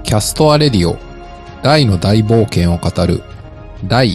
キャストアレディオ大の大冒険を語る第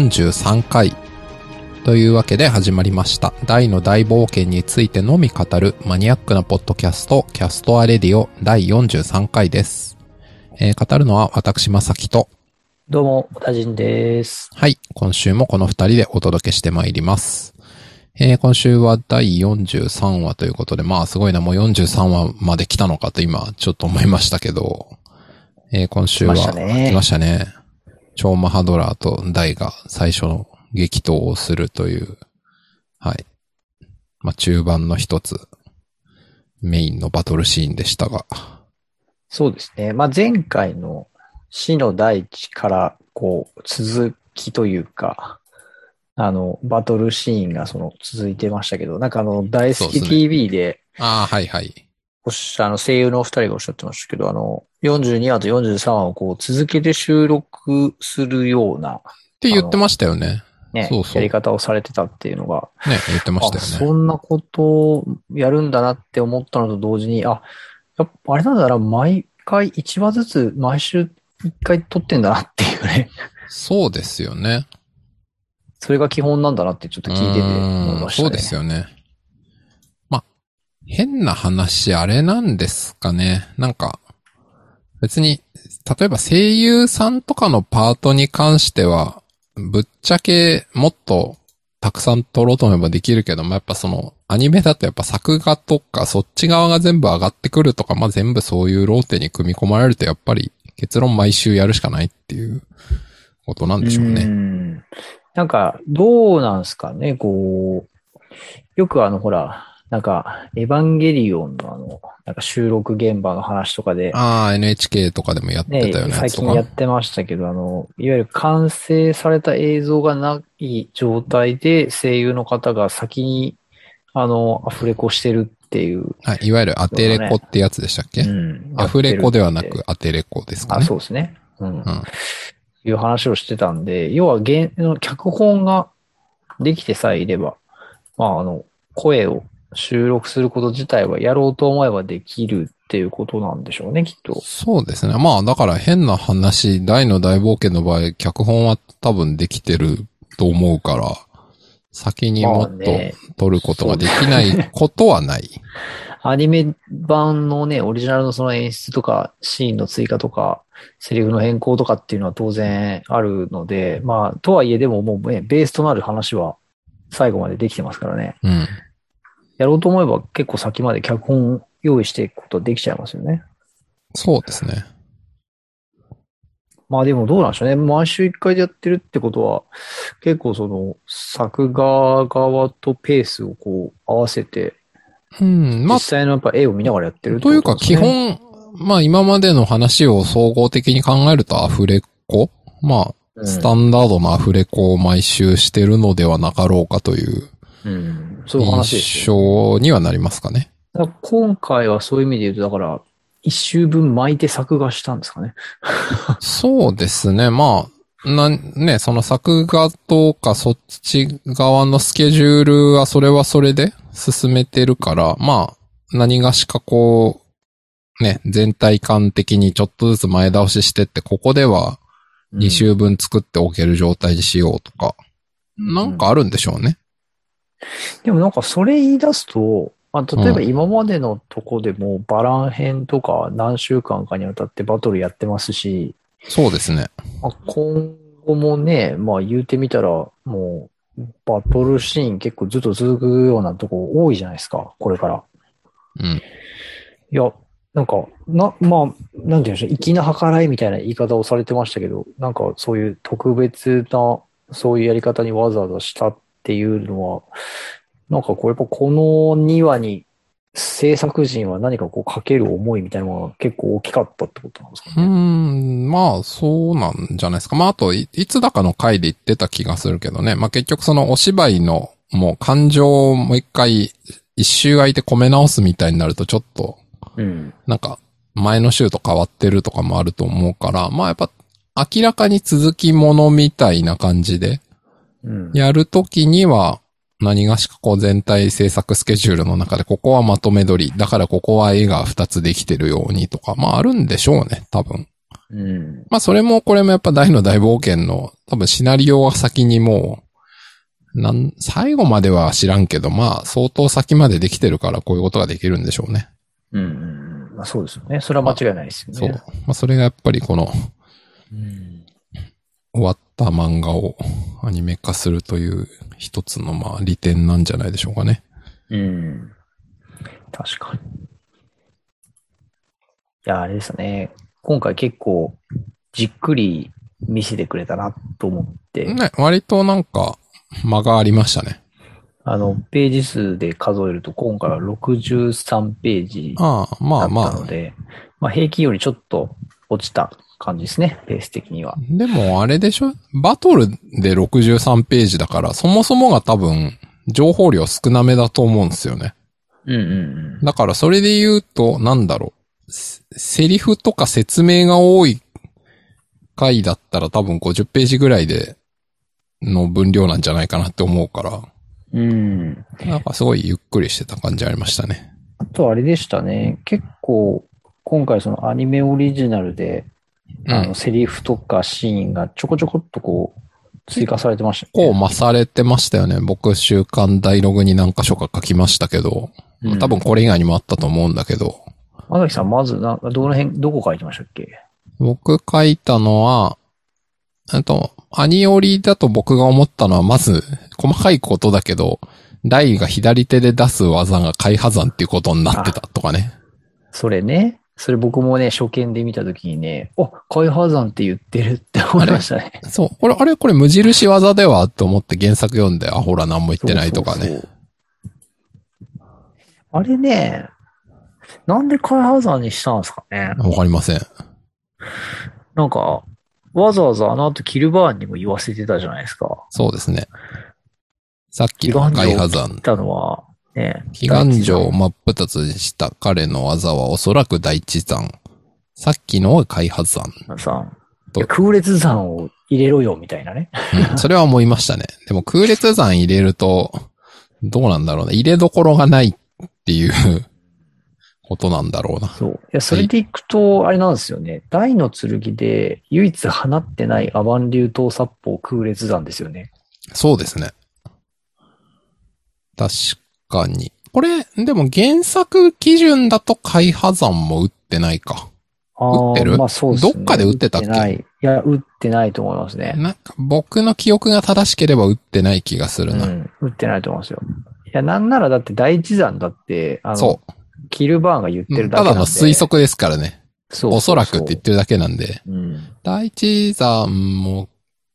43回というわけで始まりました。大の大冒険についてのみ語るマニアックなポッドキャスト、キャストアレディオ第43回です。語るのは私まさきと、 どうも、たじんです。 はい、今週もこの二人でお届けしてまいります。今週は第43話ということで、まあすごいな、もう43話まで来たのかと今ちょっと思いましたけど、今週は来ましたね。超マハドラーとダイが最初の激闘をするという、はい。まあ中盤の一つ、メインのバトルシーンでしたが。 そうですね。まあ前回の死の大地からこう続きというか、バトルシーンが続いてましたけど、なんか大好き TV で、 ああ、はいはい。 声優のお二人がおっしゃってましたけど、42話と43話をこう続けて収録するような。 って言ってましたよね。 ね、 そうそう。 やり方をされてたっていうのが。 ね、言ってましたよね。 そんなことをやるんだなって思ったのと同時に、やっぱあれなんだな、毎回1話ずつ毎週1回撮ってんだなっていうね。 そうですよね。 それが基本なんだなってちょっと聞いてて思いましたね。 そうですよね。まあ、変な話あれなんですかね。なんか、別に、例えば声優さんとかのパートに関しては、ぶっちゃけもっとたくさん撮ろうと思えばできるけども、やっぱアニメだとやっぱ作画とかそっち側が全部上がってくるとか、まあ全部そういうローテに組み込まれるとやっぱり結論毎週やるしかないっていうことなんでしょうね。 なんか、どうなんすかね、こう、よくほら、なんか、エヴァンゲリオンのなんか収録現場の話とかで。 NHK とかでもやってたよね。 最近やってましたけど、いわゆる完成された映像がない状態で声優の方が先に、アフレコしてるっていう、 はい、いわゆるアテレコってやつでしたっけ？うん。アフレコではなくアテレコですかね。 そうですね。いう話をしてたんで、要は脚本ができてさえいれば、まあ声を収録すること自体はやろうと思えばできるっていうことなんでしょうね、きっと。 そうですね。まあだから変な話、大の大冒険の場合、脚本は多分できてると思うから、先にもっと撮ることができないことはない。 アニメ版のね、オリジナルのその演出とか、シーンの追加とか、セリフの変更とかっていうのは当然あるので、まあ、とはいえでももうね、ベースとなる話は最後までできてますからね。 うん。 やろうと思えば結構先まで脚本用意していくことできちゃいますよね。 そうですね。 まあでもどうなんでしょうね。毎週1回でやってるってことは、結構作画側とペースをこう合わせて、まあ、実際のやっぱ絵を見ながらやってるってことですね。 というか基本、まあ今までの話を総合的に考えるとアフレコ？まあ、スタンダードなアフレコを毎週してるのではなかろうかという、 そういう話です印象にはなりますかね。 今回はそういう意味で言うと、だから、一週分巻いて作画したんですかね。 そうですね。まあ、その作画とかそっち側のスケジュールはそれはそれで進めてるから、まあ、何がしかこう、ね、全体感的にちょっとずつ前倒ししてって、ここでは2週分作っておける状態にしようとか、なんかあるんでしょうね。 でもなんかそれ言い出すと、例えば今までのとこでもバラン編とか何週間かにわたってバトルやってますし、 そうですね。 今後もね、まあ言うてみたら、もうバトルシーン結構ずっと続くようなとこ多いじゃないですか、これから。いや、なんか、まあ、なんて言うんでしょう、粋な計らいみたいな言い方をされてましたけど、なんかそういう特別な、そういうやり方にわざわざしたっていうのは、なんかやっぱこの2話に制作陣は何かこうかける思いみたいなものが結構大きかったってことなんですかね。 まあそうなんじゃないですか。まああといつだかの回で言ってた気がするけどね。まあ結局お芝居のもう感情をもう一回一周空いて込め直すみたいになるとちょっと、なんか前の週と変わってるとかもあると思うから、まあやっぱ明らかに続きものみたいな感じで、やるときには、何がしかこう全体制作スケジュールの中でここはまとめ撮り、だからここは絵が2つできてるようにとか、まああるんでしょうね、多分。 うん。 まあそれもこれもやっぱ大の大冒険の多分シナリオは先にもう、最後までは知らんけど、まあ相当先までできてるからこういうことができるんでしょうね。 うん。まあそうですよね。それは間違いないですよそう。 ね。 まあそれがやっぱりこのうん。 終わった漫画をアニメ化するという一つのまあ利点なんじゃないでしょうかね。 うん。確かに。いや、あれですね。今回結構じっくり見せてくれたなと思って。 ね、割となんか間がありましたね。 ページ数で数えると今回は63ページああ、まだっあまあ。 たので、まあ平均よりちょっと落ちた感じですね。ペース的には。 でもあれでしょ、バトルで63ページだから、そもそもが多分、情報量少なめだと思うんですよね。 うんうんだからそれで言うと、なんだろう。セリフとか説明が多い回だったら多分50ページぐらいでの分量なんじゃないかなって思うから、 うん。うん。 なんかすごいゆっくりしてた感じありましたね。 あとあれでしたね。結構今回そのアニメオリジナルで、 うん。 セリフとかシーンがちょこちょこっとこう追加されてましたこうね。 増されてましたよね。僕週刊ダイログに何箇所か書きましたけど、 うん。 多分これ以外にもあったと思うんだけど、 まさきさん、まずどこ書いてましたっけ？ 僕書いたのは、アニオリだと僕が思ったのは、まず、細かいことだけど、ダイが左手で出す技が海波山っていうことになってたとかね。 それね。それ僕もね、初見で見たときにね、海波山って言ってるって思いましたね。 そう。これ無印技ではと思って原作読んで、あ、ほら何も言ってないとかね。 そうそうそう。あれね、なんで海波山にしたんですかね。 わかりません。 なんか、わざわざあの後キルバーンにも言わせてたじゃないですか。 そうですね。さっき祈願の海城を切っ波山。 たのは、ね、 祈願城を真っ二つにした彼の技はおそらく大地山。さっきのは海波山。 さん、空裂山を入れろよ、みたいなね。 うん、それは思いましたね。でも空裂山入れると、どうなんだろうね。入れどころがないっていうことなんだろうな。 そう。いや、それでいくと、あれなんですよね。大の剣で唯一放ってないアバン流刀殺法空裂山ですよね。 そうですね。確かに。これ、でも原作基準だと海波山も打ってないか。打ってる？ まあそうですね。 どっかで打ってたっけ？ 打ってない。いや、打ってないと思いますね。 なんか僕の記憶が正しければ打ってない気がするな。 うん、打ってないと思いますよ。いや、なんならだって第一山だって、 そキルバーンが言ってるう。ただけなんで。 だの推測ですからね。 そうそうそう。 おそらくって言ってるだけなんで。 うん。 第一山も、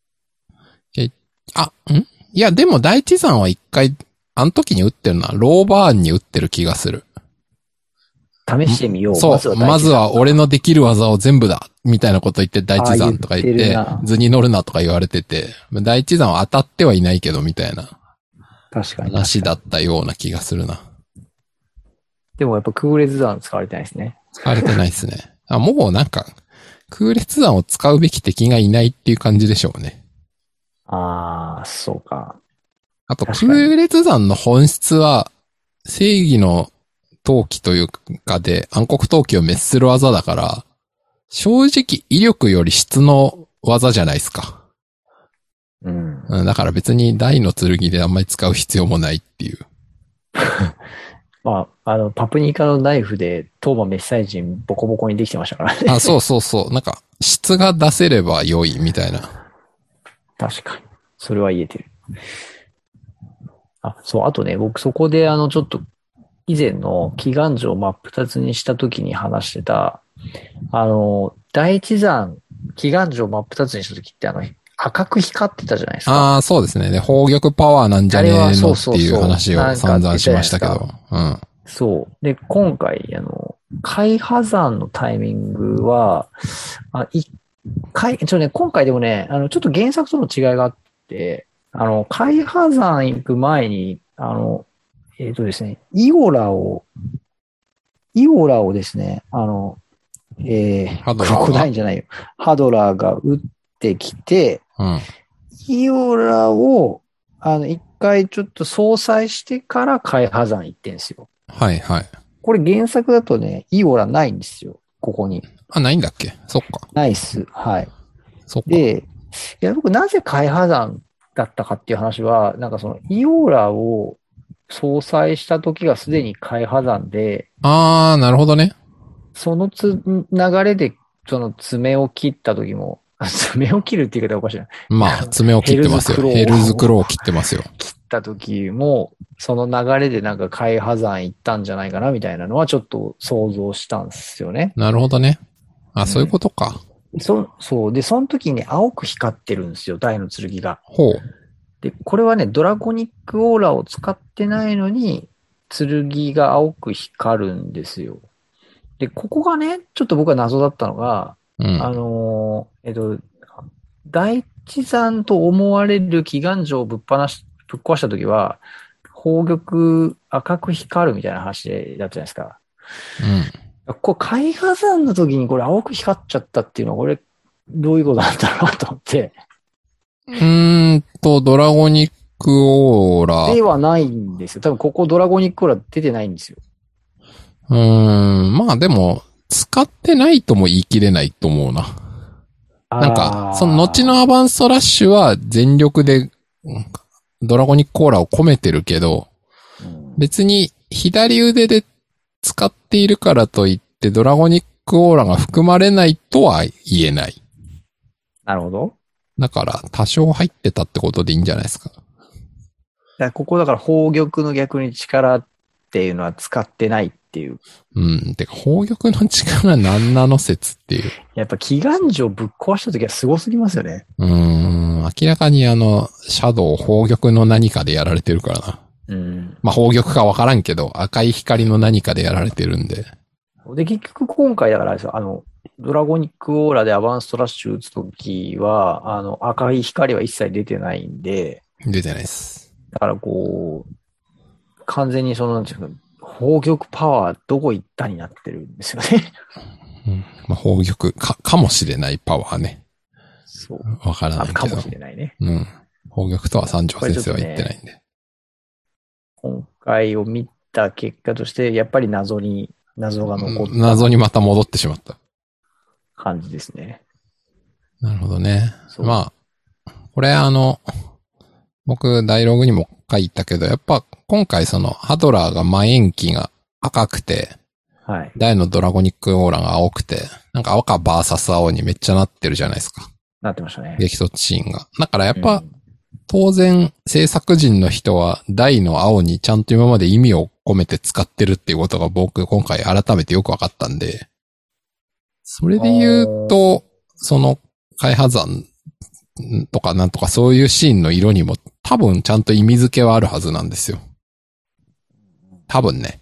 いや、でも第一山は一回、あの時に打ってるのはローバーンに打ってる気がする。 試してみよう。 そう。まずは俺のできる技を全部だみたいなこと言って第一山とか言って、図に乗るなとか言われてて、第一山は当たってはいないけどみたいな確かに話だったような気がするな。 でもやっぱ空裂山使われてないですね。 使われてないですね。もうなんか、空裂山を使うべき敵がいないっていう感じでしょうね。 ああ、そうか。 あと空裂山の本質は、正義の闘気というかで暗黒闘気を滅する技だから、正直威力より質の技じゃないですか。 うん。 だから別に大の剣であんまり使う必要もないっていう。 まあ、パプニカのナイフでトーマメッサイジンボコボコにできてましたからね。 あ、そうそうそう。なんか、質が出せれば良いみたいな。 確かに。それは言えてる。そう、あとね、僕そこでちょっと、以前の祈願城を真っ二つにした時に話してた、第一山、祈願城を真っ二つにした時って赤く光ってたじゃないですか。 ああ、そうですね。で、砲玉パワーなんじゃねえのっていう話を散々しましたけど。うん。 そう。で、今回、海波山のタイミングは、今回でもね、ちょっと原作との違いがあって、海波山行く前に、ですね、イオラをですね、 ハドラークロコダインじゃないよ。ハドラーが撃ってきて、 うん。 イオラを、一回ちょっと相殺してから海波山行ってんですよ。 はいはい。 これ原作だとね、イオラないんですよ。ここに。 あ、ないんだっけ？そっか。 ないっす。はい。 そっか。 で、いや、僕なぜ海破山だったかっていう話は、なんかそのイオーラを相殺した時がすでに海破山で、 あー、なるほどね。 その流れで、その爪を切った時も、爪を切るって言い方はおかしいな。 まあ、爪を切ってますよ。ヘルズクローを切ってますよ。 切った時も、その流れでなんか海破山行ったんじゃないかなみたいなのはちょっと想像したんですよね。 なるほどね。あ、そういうことか。 そう。で、その時にね、青く光ってるんですよ、大の剣が。 ほう。 で、これはね、ドラゴニックオーラを使ってないのに、剣が青く光るんですよ。で、ここがね、ちょっと僕は謎だったのが、 うん。 大地山と思われる祈願城をぶっ壊した時は、宝玉赤く光るみたいな話だったじゃないですか。 うん。 これ、海火山の時にこれ青く光っちゃったっていうのは、これ、どういうことなんだろうなと思って。 ドラゴニックオーラ。 ではないんですよ。多分ここドラゴニックオーラ出てないんですよ。 まあでも、使ってないとも言い切れないと思うな。なんか、その後のアバンストラッシュは全力でドラゴニックオーラを込めてるけど、別に左腕で使っているからといってドラゴニックオーラが含まれないとは言えない。 なるほど。 だから多少入ってたってことでいいんじゃないですか。 ここだから宝玉の逆に力っていうのは使ってないっていう。 てか宝玉の力なんなの説っていう。 やっぱ祈願城ぶっ壊した時はすごすぎますよね。 明らかにシャドウ宝玉の何かでやられてるからな。まあ、宝玉かわからんけど、赤い光の何かでやられてるんで。 で、結局今回だからですよ、ドラゴニックオーラでアバンストラッシュ打つときは、赤い光は一切出てないんで。 出てないです。 だからこう、完全になんていうか、宝玉パワーどこ行ったになってるんですよね。 まあ、宝玉かもしれないパワーね。 そう。 わからないけど。 かもしれないね。 宝玉とは三条先生は言ってないんで。 今回を見た結果として、やっぱり謎が残った。 謎にまた戻ってしまった。 感じですね。 なるほどね。まあ、これ僕、ダイログにも書いたけど、やっぱ今回ハドラーが前延期が赤くて、 はい。 大のドラゴニックオーラが青くて、なんか赤バーサス青にめっちゃなってるじゃないですか。 なってましたね。 激突シーンが。だからやっぱ、当然制作陣の人は大の青にちゃんと今まで意味を込めて使ってるっていうことが僕今回改めてよくわかったんで、それで言うと、海破山とかなんとかそういうシーンの色にも多分ちゃんと意味付けはあるはずなんですよ。多分ね。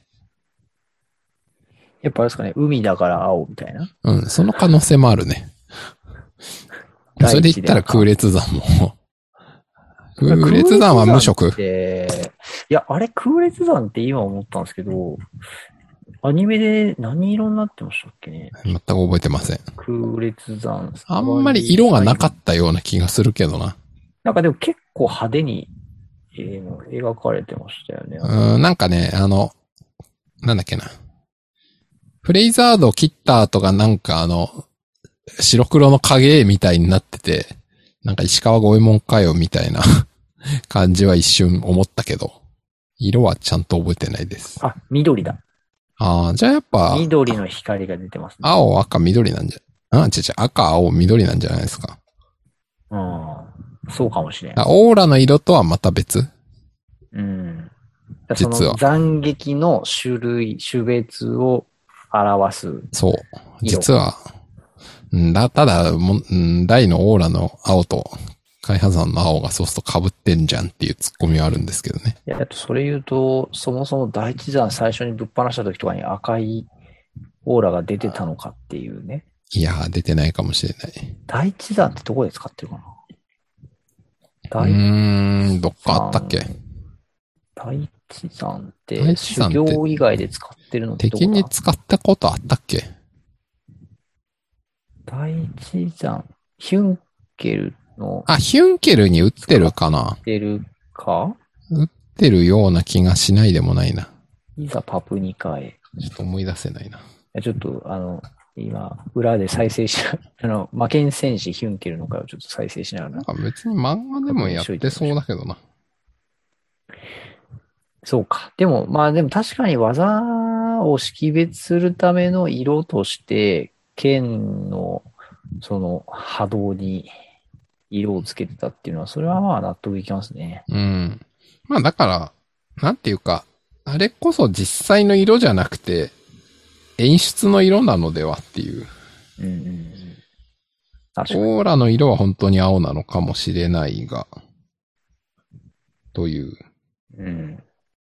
やっぱあれですかね、海だから青みたいな。 その可能性もあるね。それで言ったら空烈山も。空烈山は無色。 いや、あれ空烈山って今思ったんですけど、アニメで何色になってましたっけね。 全く覚えてません。 空烈山。 あんまり色がなかったような気がするけどな。 なんかでも結構派手に、描かれてましたよね。 なんかね、なんだっけな。フレイザード切った後がなんか白黒の影みたいになってて、なんか石川五右衛門かよみたいな感じは一瞬思ったけど、色はちゃんと覚えてないです。 あ、緑だ。 じゃあやっぱ。 緑の光が出てますね。 青、赤、緑なんじゃ、赤、青、緑なんじゃないですか。 そうかもしれん。 オーラの色とはまた別？ 実は。斬撃の種別を表す。 そう。実は、ただ、大のオーラの青と、海破山の青がそうすると被ってんじゃんっていうツッコミはあるんですけどね。 いや、それ言うと、そもそも大地山最初にぶっ放した時とかに赤いオーラが出てたのかっていうね。 いやー、出てないかもしれない。 大地山ってどこで使ってるかな？ どっかあったっけ？ 大地山って修行以外で使ってるのってどこだ？ 敵に使ったことあったっけ？ 大地山、ヒュンケルの。 ヒュンケルに撃ってるかな？ 撃ってるか？ 撃ってるような気がしないでもないな。 いざパプニカへ。 ちょっと思い出せないな。 ちょっと、 今、裏で再生し魔剣戦士ヒュンケルの回をちょっと再生しながら。 なんか別に漫画でもやってそうだけどな。 そうか。でも確かに技を識別するための色として、剣のその波動に色をつけてたっていうのは、それはまあ納得いきますね。 うん。まあだから、なんていうか、あれこそ実際の色じゃなくて、演出の色なのではっていう。 うんうんうん。確かに。 オーラの色は本当に青なのかもしれないが、という。 うん。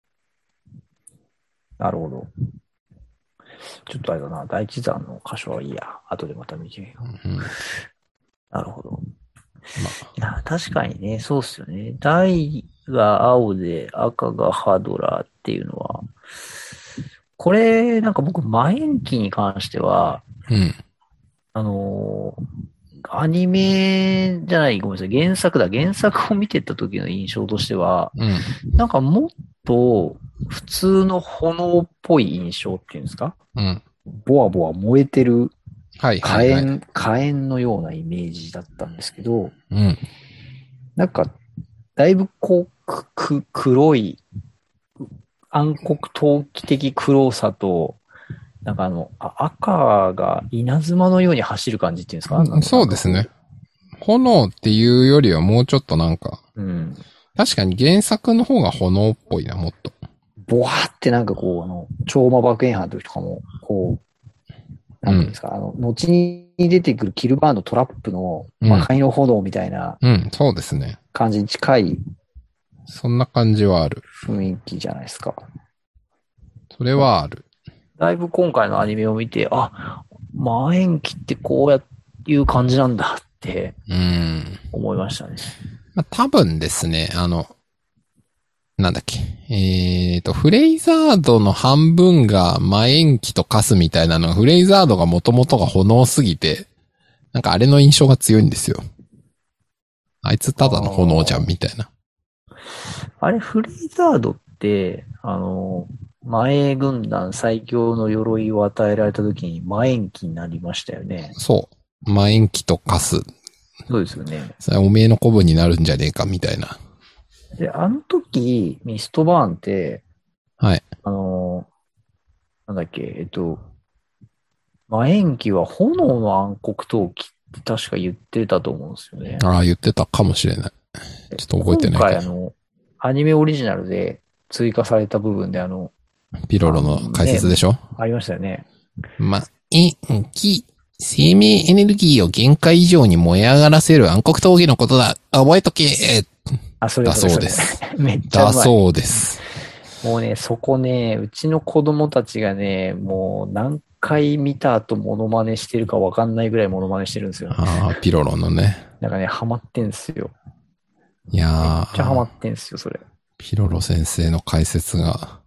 なるほど。ちょっとあれだな、第一山の箇所はいいや。後でまた見てみよう。 うん、 なるほど。 まあ、 確かにね、そうっすよね。大が青で赤がハドラーっていうのは、これ、なんか僕、マエンキに関しては、 うん。 あのアニメじゃない、ごめんなさい、原作だ。原作を見てた時の印象としては、 うん。 なんかもっと普通の炎っぽい印象っていうんですか？ うん。 ボワボワ燃えてるはいはいはい。 火炎のようなイメージだったんですけど、 うん。 なんか、だいぶこう、黒い、暗黒陶器的黒さと、なんか赤が稲妻のように走る感じっていうんですか？ そうですね。炎っていうよりはもうちょっとなんか、 うん。 確かに原作の方が炎っぽいな、もっと。 ボワーってなんかこう、超魔爆炎波の時とかも、こう、なんていうんですか、後に出てくるキルバーンのトラップの魔界の炎みたいなうん、そうですね。 感じに近いそんな感じはある。 雰囲気じゃないですか。 それはある。 だいぶ今回のアニメを見て、あ、魔延期ってこういう感じなんだって思いましたね。 まあ、多分ですね、なんだっけ。フレイザードの半分が魔延期と化すみたいなのが、フレイザードが元々が炎すぎて、なんかあれの印象が強いんですよ。あいつただの炎じゃん、みたいな。 あれ、フレイザードって、魔軍団最強の鎧を与えられた時に魔延期になりましたよね。 そう。魔延期と化す。 そうですよね。 それおめえの子分になるんじゃねえか、みたいな。 で、あの時、ミストバーンって、 はい。 なんだっけ、魔延期は炎の暗黒陶器って確か言ってたと思うんですよね。 ああ、言ってたかもしれない。ちょっと覚えてないけど。 今回アニメオリジナルで追加された部分でピロロの解説でしょ？ ありましたよね。 魔延期、生命エネルギーを限界以上に燃え上がらせる暗黒闘技のことだ。覚えとけ。 それだそうです。 めっちゃうまい。 だそうです。 もうね、そこね、うちの子供たちがね、もう何回見た後モノマネしてるかわかんないぐらいモノマネしてるんですよ。 ああ、ピロロのね。 なんかね、ハマってんすよ。 いやー。 めっちゃハマってんすよ、それ。 ピロロ先生の解説が。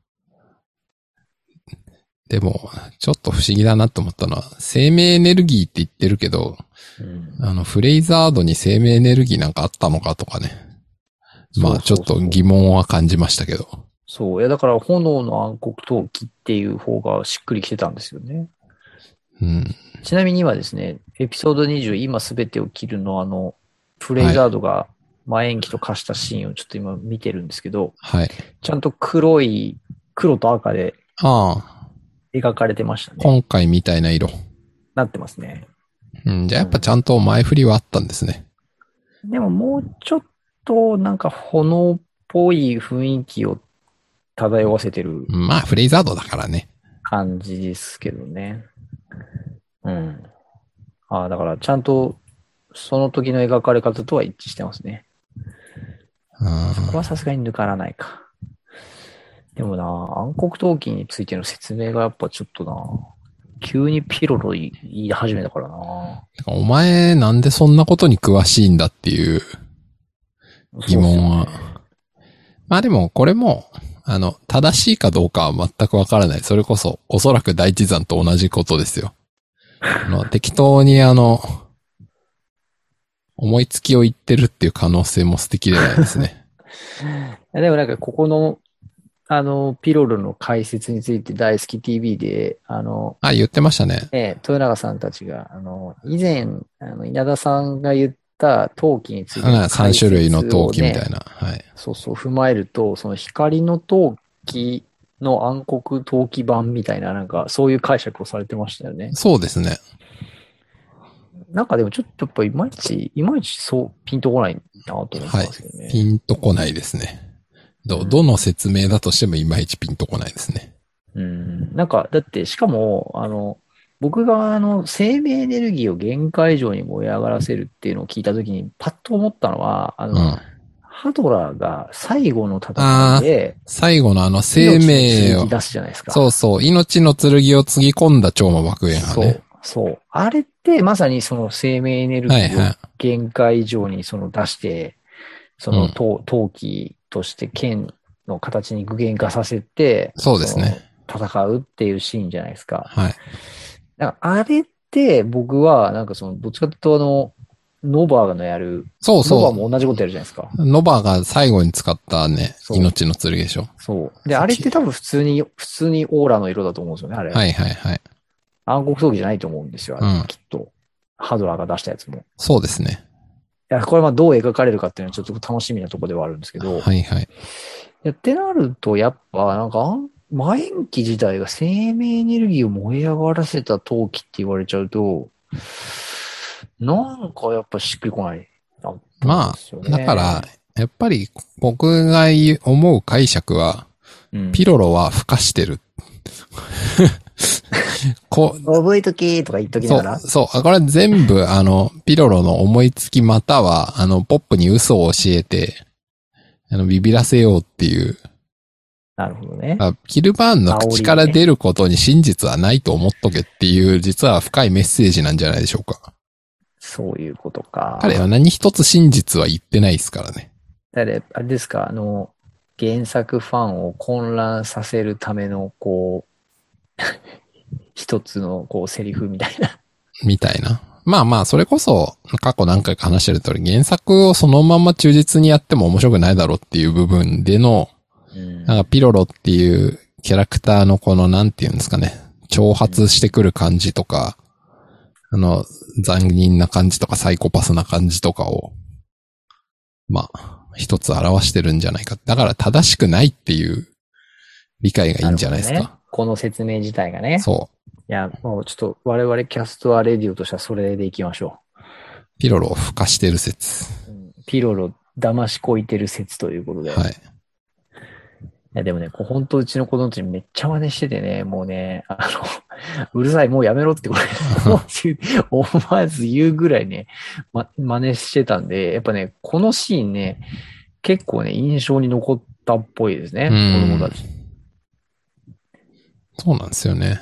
でも、ちょっと不思議だなと思ったのは、生命エネルギーって言ってるけど、フレイザードに生命エネルギーなんかあったのかとかね。まあ、ちょっと疑問は感じましたけど。 そう。いや、だから炎の暗黒陶器っていう方がしっくりきてたんですよね。 うん。 ちなみに今ですね、エピソード20、今すべてを切るのフレイザードが魔延期と化したシーンをちょっと今見てるんですけど、 はい。 ちゃんと黒と赤で描かれてましたね。 今回みたいな色。 なってますね。 うん、じゃあやっぱちゃんと前振りはあったんですね。 でももうちょっとなんか炎っぽい雰囲気を漂わせてる。 まあ、フレイザードだからね。 感じですけどね。うん。だからちゃんとその時の描かれ方とは一致してますね。そこはさすがに抜からないか。でもな、暗黒陶器についての説明がやっぱちょっとな、急にピロロ言い始めたからな。 お前なんでそんなことに詳しいんだっていう疑問は。まあでもこれも、正しいかどうかは全くわからない。それこそ、おそらく大地山と同じことですよ。適当に思いつきを言ってるっていう可能性も素敵でないですね。 でもなんかここの、 ピロロの解説について大好き TV で、 言ってましたね。 豊永さんたちが、以前、稲田さんが言った陶器についての 3 解説を、ね、 種類の陶器みたいな。はい。 そうそう、踏まえると、その光の陶器の暗黒陶器版みたいな、なんか、そういう解釈をされてましたよね。 そうですね。 なんかでもちょっとやっぱいまいちそう、ピンとこないなと思ってますよね。 はい。ピンとこないですね。どの説明だとしてもいまいちピンとこないですね。 なんか、だって、しかも、僕が生命エネルギーを限界以上に燃え上がらせるっていうのを聞いたときに、パッと思ったのは、ハドラーが最後の戦いで、 最後の生命を、 出すじゃないですか。 そうそう、命の剣をつぎ込んだ超魔爆炎派ね。 そう。あれってまさにその生命エネルギーを限界以上に出して、陶器として剣の形に具現化させて、 そうですね。 戦うっていうシーンじゃないですか。 はい。 あれって僕はどっちかというとノバーのやる、 そうそう。 ノバーも同じことやるじゃないですか。 ノバーが最後に使ったね、命の剣でしょ。 そう。で、あれって多分普通にオーラの色だと思うんですよね、あれ。 はいはいはい。 暗黒闘技じゃないと思うんですよ、あれ、きっと。ハドラーが出したやつも。 そうですね。 いや、これはどう描かれるかっていうのはちょっと楽しみなところではあるんですけど。 はいはい。 ってなると、やっぱ、魔塩基自体が生命エネルギーを燃え上がらせた陶器って言われちゃうと、なんかやっぱしっくりこないな、 まあ、だから、やっぱり僕が思う解釈は、ピロロは孵化してる。 覚えとけとか言っときながら。 そう。これ全部、ピロロの思いつきまたは、ポップに嘘を教えて、ビビらせようっていう。 なるほどね。 キルバーンの口から出ることに真実はないと思っとけっていう、実は深いメッセージなんじゃないでしょうか。 そういうことか。 彼は何一つ真実は言ってないですからね。 あれですか、原作ファンを混乱させるための、一つの、セリフみたいな。 みたいな。まあまあ、それこそ、過去何回か話してる通り、原作をそのまま忠実にやっても面白くないだろうっていう部分での、なんかピロロっていうキャラクターのなんていうんですかね、挑発してくる感じとか、残忍な感じとかサイコパスな感じとかを、まあ、一つ表してるんじゃないか。だから正しくないっていう理解がいいんじゃないですか。 ね、この説明自体がね。 そう。 いや、もうちょっと我々キャストアレディオとしてはそれでいきましょう。 ピロロを孵化してる説。 ピロロ騙しこいてる説ということで。 はい。 いやでもね、本当うちの子供たちめっちゃ真似しててね、もうね、うるさい、もうやめろってこれ思わず言うぐらいね、真似してたんで、やっぱね、このシーンね、結構ね、印象に残ったっぽいですね、子供たち。 そうなんですよね。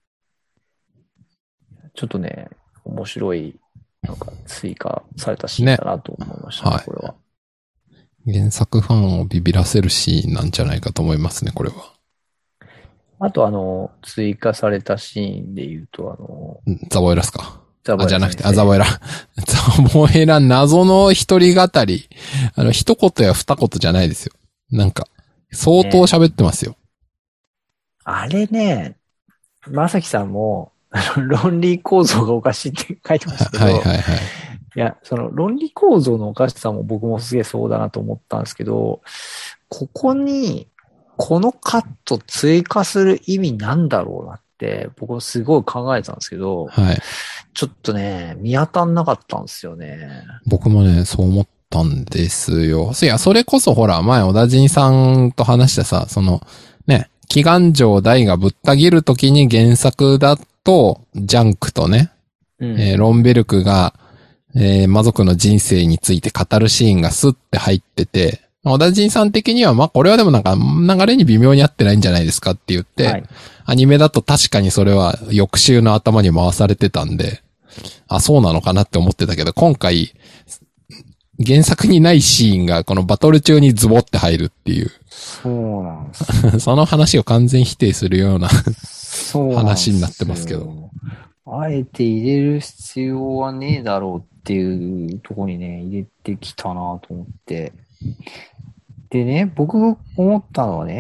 ちょっとね、面白い、追加されたシーンだなと思いましたね、これは。 原作ファンをビビらせるシーンなんじゃないかと思いますね、これは。 あと追加されたシーンで言うとザボエラっすか。 ザボエラ。 じゃなくて、ザボエラ。ザボエラ、謎の一人語り。一言や二言じゃないですよ。なんか、相当喋ってますよ。 あれね、まさきさんも、論理構造がおかしいって書いてましたけど、 はいはいはい。 いや、その論理構造のおかしさも僕もすげえそうだなと思ったんですけど、ここに、このカット追加する意味なんだろうなって、僕もすごい考えてたんですけど、 はい。 ちょっとね、見当たんなかったんですよね。 僕もね、そう思ったんですよ。いや、それこそほら、前小田人さんと話してさ、ね、祈願城大がぶった切るときに原作だと、ジャンクとね、ロンベルクが、魔族の人生について語るシーンがスッて入ってて、小田人さん的には、まあ、これはでもなんか、流れに微妙に合ってないんじゃないですかって言って、はい、アニメだと確かにそれは翌週の頭に回されてたんで、あ、そうなのかなって思ってたけど、今回、原作にないシーンがこのバトル中にズボって入るっていう。 そうなんです。 その話を完全否定するような話になってますけど。 あえて入れる必要はねえだろうっていうところにね、入れてきたなと思って。でね、僕思ったのはね、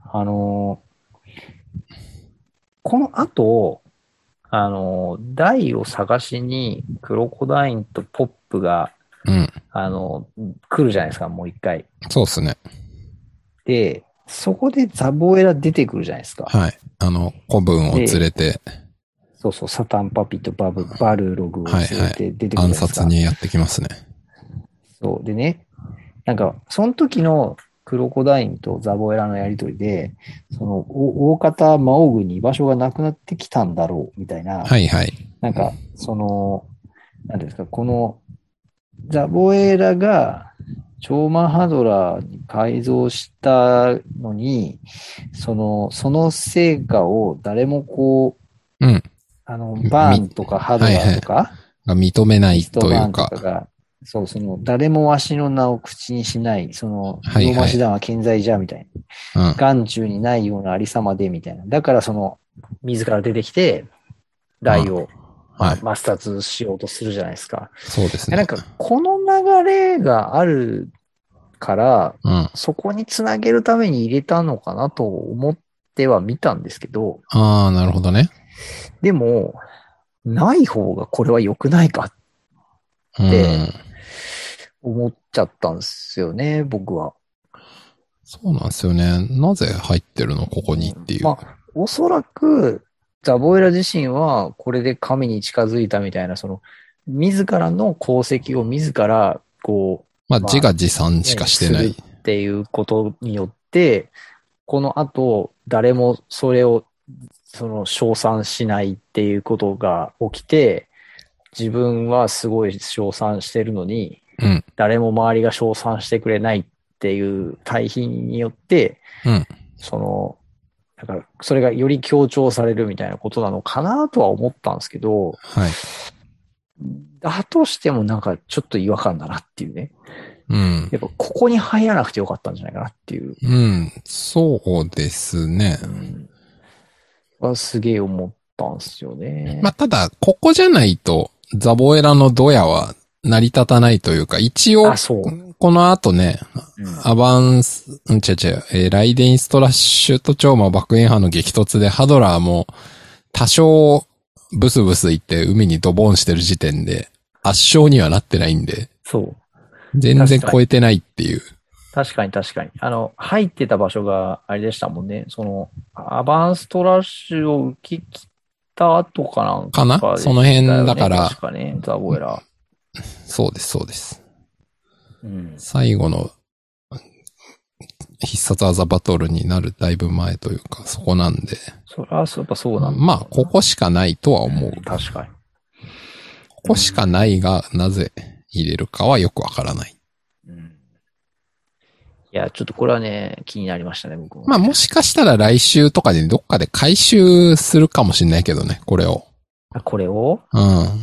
この後、台を探しにクロコダインとポップが、 うん。 来るじゃないですか、もう一回。 そうですね。 で、そこでザボエラ出てくるじゃないですか。 はい。古文を連れて。 そうそう、サタンパピとバルログを連れて出てくるじゃないですか。 暗殺にやってきますね。 そう。でね、なんか、その時のクロコダインとザボエラのやりとりで、大方魔王軍に居場所がなくなってきたんだろう、みたいな。 はいはい。 なんか、なんていうんですか、この、ザボエラが、チョーマンハドラーに改造したのに、その成果を誰もこう、 うん。 バーンとかハドラーとか、 が認めないミストというかバーンとか。が、そう、誰もわしの名を口にしない、ロはいはい。 ーマ師団は健在じゃ、みたいな。 うん。 眼中にないようなありさまで、みたいな。だから自ら出てきて、台を、 はい。 抹殺しようとするじゃないですか。 そうですね。 なんか、この流れがあるから、 うん。 そこにつなげるために入れたのかなと思っては見たんですけど、 ああ、なるほどね。 でも、ない方がこれは良くないかって思っちゃったんですよね、僕は。 そうなんですよね。なぜ入ってるのここにっていう。 まあ、おそらく、ザボエラ自身はこれで神に近づいたみたいな、自らの功績を自ら、こう、 まあ、自画自賛しかしてない。 するっていうことによって、この後、誰もそれを、称賛しないっていうことが起きて、自分はすごい称賛してるのに、 うん。 誰も周りが称賛してくれないっていう対比によって、 うん。 だからそれがより強調されるみたいなことなのかなとは思ったんですけど、 はい。 だとしてもなんかちょっと違和感だなっていうね。 うん。 やっぱここに入らなくてよかったんじゃないかなっていう。 うん。そうですね。 はすげえ思ったんですよね。 まあ、ただ、ここじゃないと、ザボエラのドヤは成り立たないというか、一応、この後ね、アバンス、ライデンストラッシュとチョーマ爆炎波の激突でハドラーも多少ブスブスいって海にドボンしてる時点で圧勝にはなってないんで。 そう。 全然超えてないっていう。 確かに。入ってた場所があれでしたもんね。アバンストラッシュを受け切った後かなんか、ね。 かなその辺だから。 確かね、ザボエラ。 そうです、そうです。 うん、 最後の必殺技バトルになるだいぶ前というか、そこなんで。 それはやっぱそうなんだ。 まあ、ここしかないとは思う。 確かに。 ここしかないが、なぜ入れるかはよくわからない。 いや、ちょっとこれはね、気になりましたね、僕も。 まあもしかしたら来週とかでどっかで回収するかもしれないけどね、これを。 これをうん。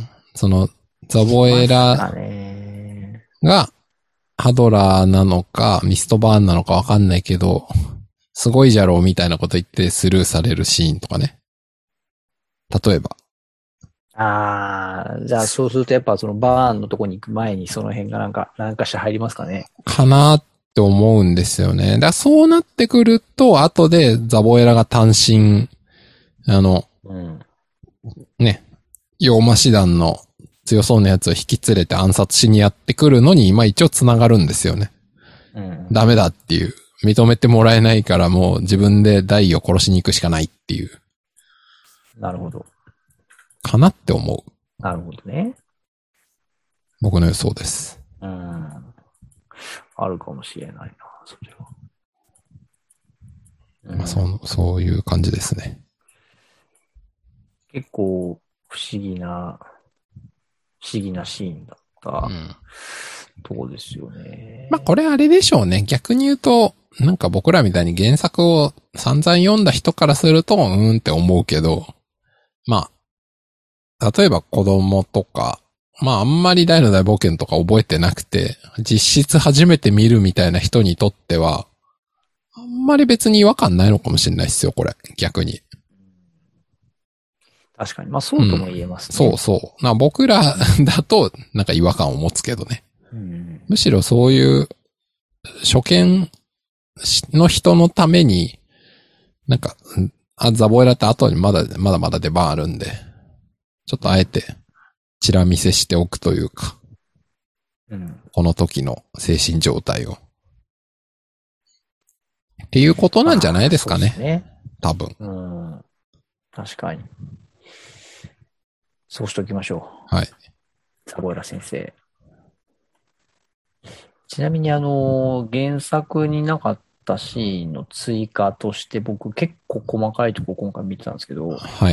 ザボエラがハドラーなのか、ミストバーンなのかわかんないけど、すごいじゃろうみたいなこと言ってスルーされるシーンとかね。例えば。 じゃあそうするとやっぱバーンのとこに行く前にその辺がなんかして入りますかね。 かなって思うんですよね。だからそうなってくると、後でザボエラが単身、ね、ヨーマ師団の強そうなやつを引き連れて暗殺しにやってくるのに、まあ一応繋がるんですよね。ダメだっていう。認めてもらえないからもう自分でダイを殺しに行くしかないっていう。 なるほど。 かなって思う。 なるほどね。 僕の予想です。 あるかもしれないな、それは。 まあそういう感じですね。 結構不思議なシーンだったとこですよね。 まあこれあれでしょうね。逆に言うと、なんか僕らみたいに原作を散々読んだ人からすると、って思うけど、まあ、例えば子供とか、まああんまり大の大冒険とか覚えてなくて、実質初めて見るみたいな人にとっては、あんまり別に違和感ないのかもしれないですよ、これ。逆に。 確かに。まあそうとも言えますね。 そう。僕らだと、なんか違和感を持つけどね。むしろそういう、初見の人のために、 なんか、ザボエラって後にまだまだ出番あるんで、ちょっとあえて、チラ見せしておくというか、 うん。 この時の精神状態を。っていうことなんじゃないですかね。 そうですね。 多分。 うん。確かに。そうしておきましょう。はい。 ザボエラ先生。ちなみに原作になかったシーンの追加として僕結構細かいとこ今回見てたんですけど、 はい。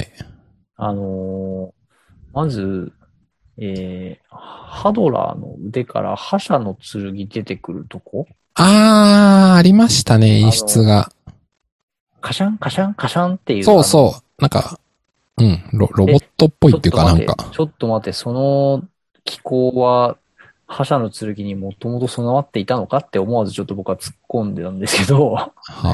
まず、ハドラーの腕から覇者の剣出てくるとこありましたね、演出が。 カシャンカシャンカシャンっていうそうそう。なんか、ロボットっぽいっていうかなんか。 ちょっと待って、その機構は覇者の剣にもともと備わっていたのかって思わずちょっと僕は突っ込んでたんですけど、 は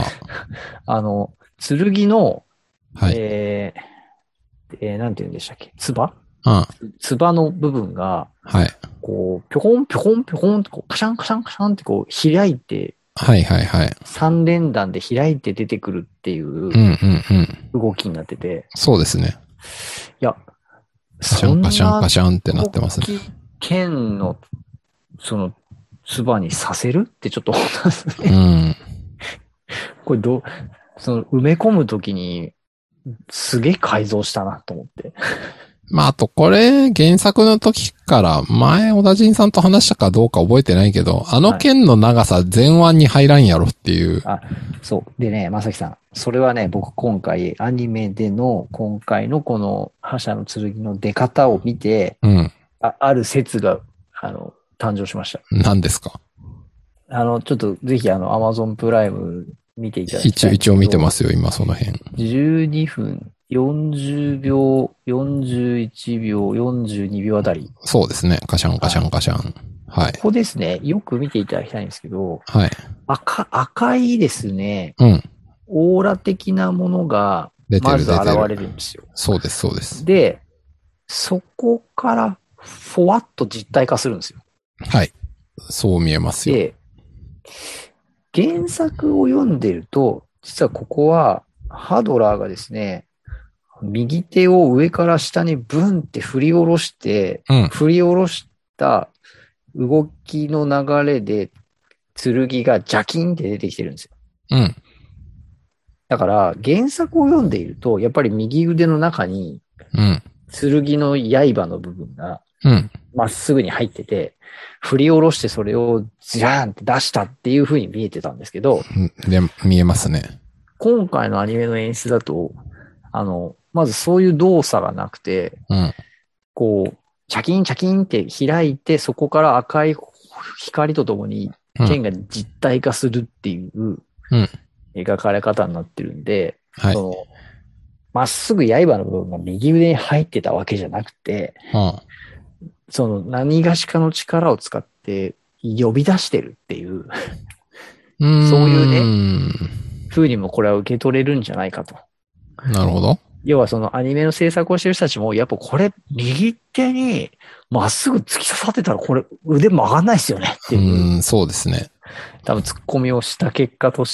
剣の、 あ、はい。 なんて言うんでしたっけ唾うん。 唾の部分が、 はい。 こう、ぴょこんぴょこんぴょこんってこう、カシャンカシャンカシャンってこう、開いて、 はいはいはい。 三連弾で開いて出てくるっていうんううんうん。 動きになってて、 そうですね。 いや、 カシャそンカシャンんなカシャンってなってますね。 大きい剣の、その、唾にさせるってちょっと思ったんですうね。 ん。 これその埋め込むときに、すげえ改造したなと思って。 まあ、あとこれ、原作の時から前、小田人さんと話したかどうか覚えてないけど、あの剣の長さ前腕に入らんやろっていう。 あ、そう。でね、まさきさん。それはね、僕今回、アニメでの今回のこの覇者の剣の出方を見て、 うん。 ある説が、誕生しました。 何ですか？ ちょっとぜひAmazon プライム見ていただきたいんですけど。 一応見てますよ、今その辺。 12分、40秒、41秒、42秒あたり。 そうですね。カシャンカシャンカシャン。はい。 ここですね、よく見ていただきたいんですけど、 はい。 赤いですね、 うん。 オーラ的なものが、 出てまず現る出てる。 れるんですよ。 そうです、そうです。 で、そこから、ふわっと実体化するんですよ。 はい。そう見えますよ。 で、原作を読んでると、実はここは、ハドラーがですね、右手を上から下にブンって振り下ろして、 うん。 振り下ろした動きの流れで、剣がジャキンって出てきてるんですよ。 うん。 だから、原作を読んでいると、やっぱり右腕の中に、 うん。 剣の刃の部分が、 うん。 まっすぐに入ってて、振り下ろしてそれをジャーンって出したっていう風に見えてたんですけど、 で、見えますね。 今回のアニメの演出だと、まずそういう動作がなくて、 うん。 こう、チャキンチャキンって開いて、そこから赤い光とともに剣が実体化するっていう描かれ方になってるんで、 はい。 まっすぐ刃の部分が右腕に入ってたわけじゃなくて、その何がしかの力を使って呼び出してるっていう、そういうね、風にもこれは受け取れるんじゃないかと。 なるほど。 要はそのアニメの制作をしてる人たちも、やっぱこれ右手にまっすぐ突き刺さってたらこれ腕曲がんないですよねっていう。 そうですね。 多分突っ込みをした結果として、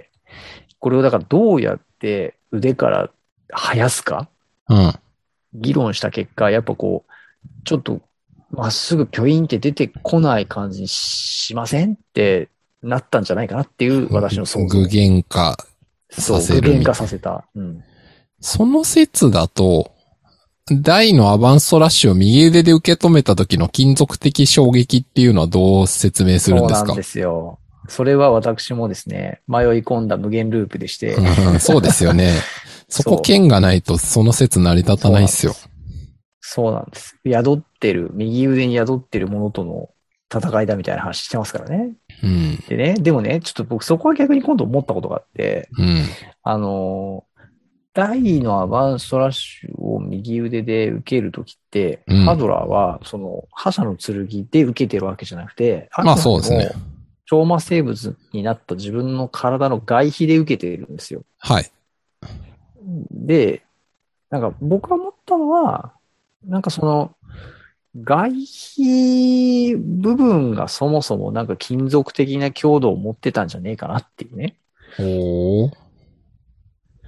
これをだからどうやって腕から生やすか、議論した結果、やっぱこう、ちょっとまっすぐピョインって出てこない感じにしませんってなったんじゃないかなっていう私の想像。 具現化させる。 具現化させた。 その説だと、大のアバンストラッシュを右腕で受け止めた時の金属的衝撃っていうのはどう説明するんですか？ そうなんですよ。それは私もですね、迷い込んだ無限ループでして。 そうですよね。そこ剣がないとその説成り立たないっすよ。 そうなんです。宿ってる、右腕に宿ってるものとの戦いだみたいな話してますからね。でね、でもね、ちょっと僕そこは逆に今度思ったことがあって、大のアバンストラッシュを右腕で受けるときって、ハドラーは、その、覇者の剣で受けてるわけじゃなくて、 まあそうですね。 超魔生物になった自分の体の外皮で受けているんですよ。 はい。 で、なんか僕が思ったのは、なんかその、外皮部分がそもそもなんか金属的な強度を持ってたんじゃねえかなっていうね。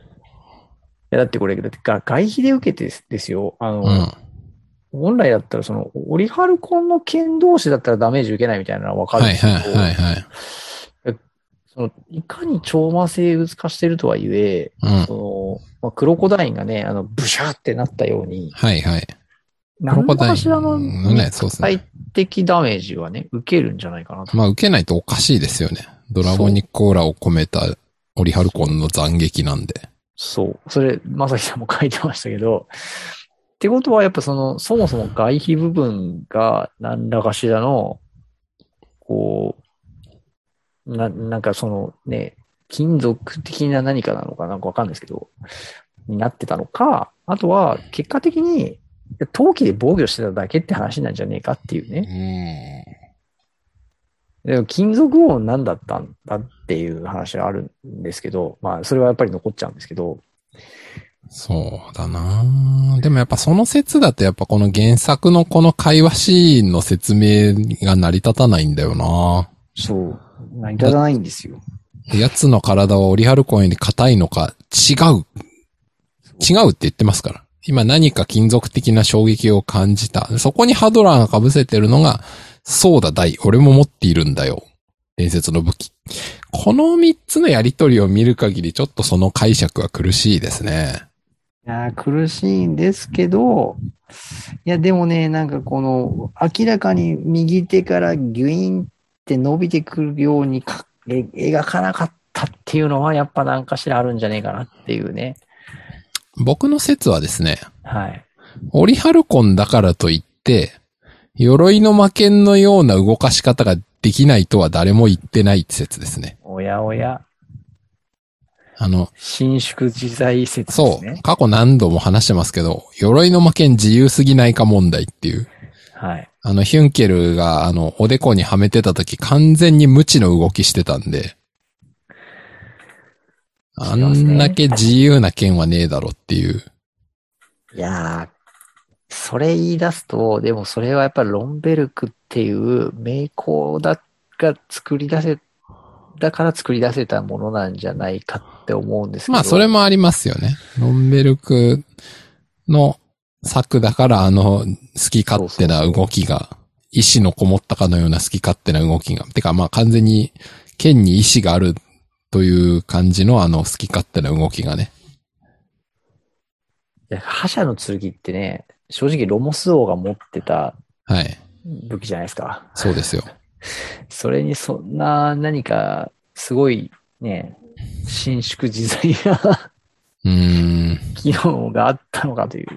や、だってこれ、だって外費で受けてですよ。 うん。 本来だったらオリハルコンの剣同士だったらダメージ受けないみたいなのはわかるんはいはいですけど、 はいはい。 いかに超魔生物化してるとはいえ、 うん。 まあ、クロコダインがね、ブシャーってなったように、 はいはい。クロコ何らダイかしらのンのね、そうですね。 肉体的ダメージはね、受けるんじゃないかなと。 まあ受けないとおかしいですよね。ドラゴニックオーラを込めたオリハルコンの斬撃なんで。 そう。それ、まさきさんも書いてましたけど、ってことはやっぱそもそも外皮部分が何らかしらの、こなんかね、金属的な何かなのかなんかわかんないですけど、になってたのか、あとは結果的に陶器で防御してただけって話なんじゃねえかっていうね。でも金属音何だったんだっていう話があるんですけど、まあそれはやっぱり残っちゃうんですけど。 そうだなぁ。でもやっぱその説だとやっぱこの原作のこの会話シーンの説明が成り立たないんだよな。 そう。成り立たないんですよ。 奴の体はオリハルコンより硬いのか違う。違うって言ってますから。今何か金属的な衝撃を感じた。そこにハドラーが被せてるのが、そうだ大、俺も持っているんだよ。伝説の武器。この三つのやりとりを見る限りちょっとその解釈は苦しいですね。 いやー、苦しいんですけど、いや、でもね、なんか明らかに右手からギュイーンって伸びてくるように描かなかったっていうのは、やっぱなんかしらあるんじゃねえかなっていうね。 僕の説はですね、 はい。 オリハルコンだからといって、鎧の魔剣のような動かし方ができないとは誰も言ってない説ですね。 おやおや。伸縮自在説ですね。 そう。過去何度も話してますけど、鎧の魔剣自由すぎないか問題っていう。 はい。 ヒュンケルが、おでこにはめてた時完全に無知の動きしてたんで、あんだけ自由な剣はねえだろっていう。 いやー、それ言い出すと、でもそれはやっぱりロンベルクっていう名工がだから作り出せたものなんじゃないかって思うんですけど。 まあそれもありますよね。ロンベルクの作だから好き勝手な動きが、意志のこもったかのような好き勝手な動きが。てかまあ完全に剣に意志があるという感じの好き勝手な動きがね。 いや、覇者の剣ってね、正直ロモス王が持ってた武器じゃないですか。はい、 そうですよ。 それにそんな何かすごいね、伸縮自在な機能があったのかという。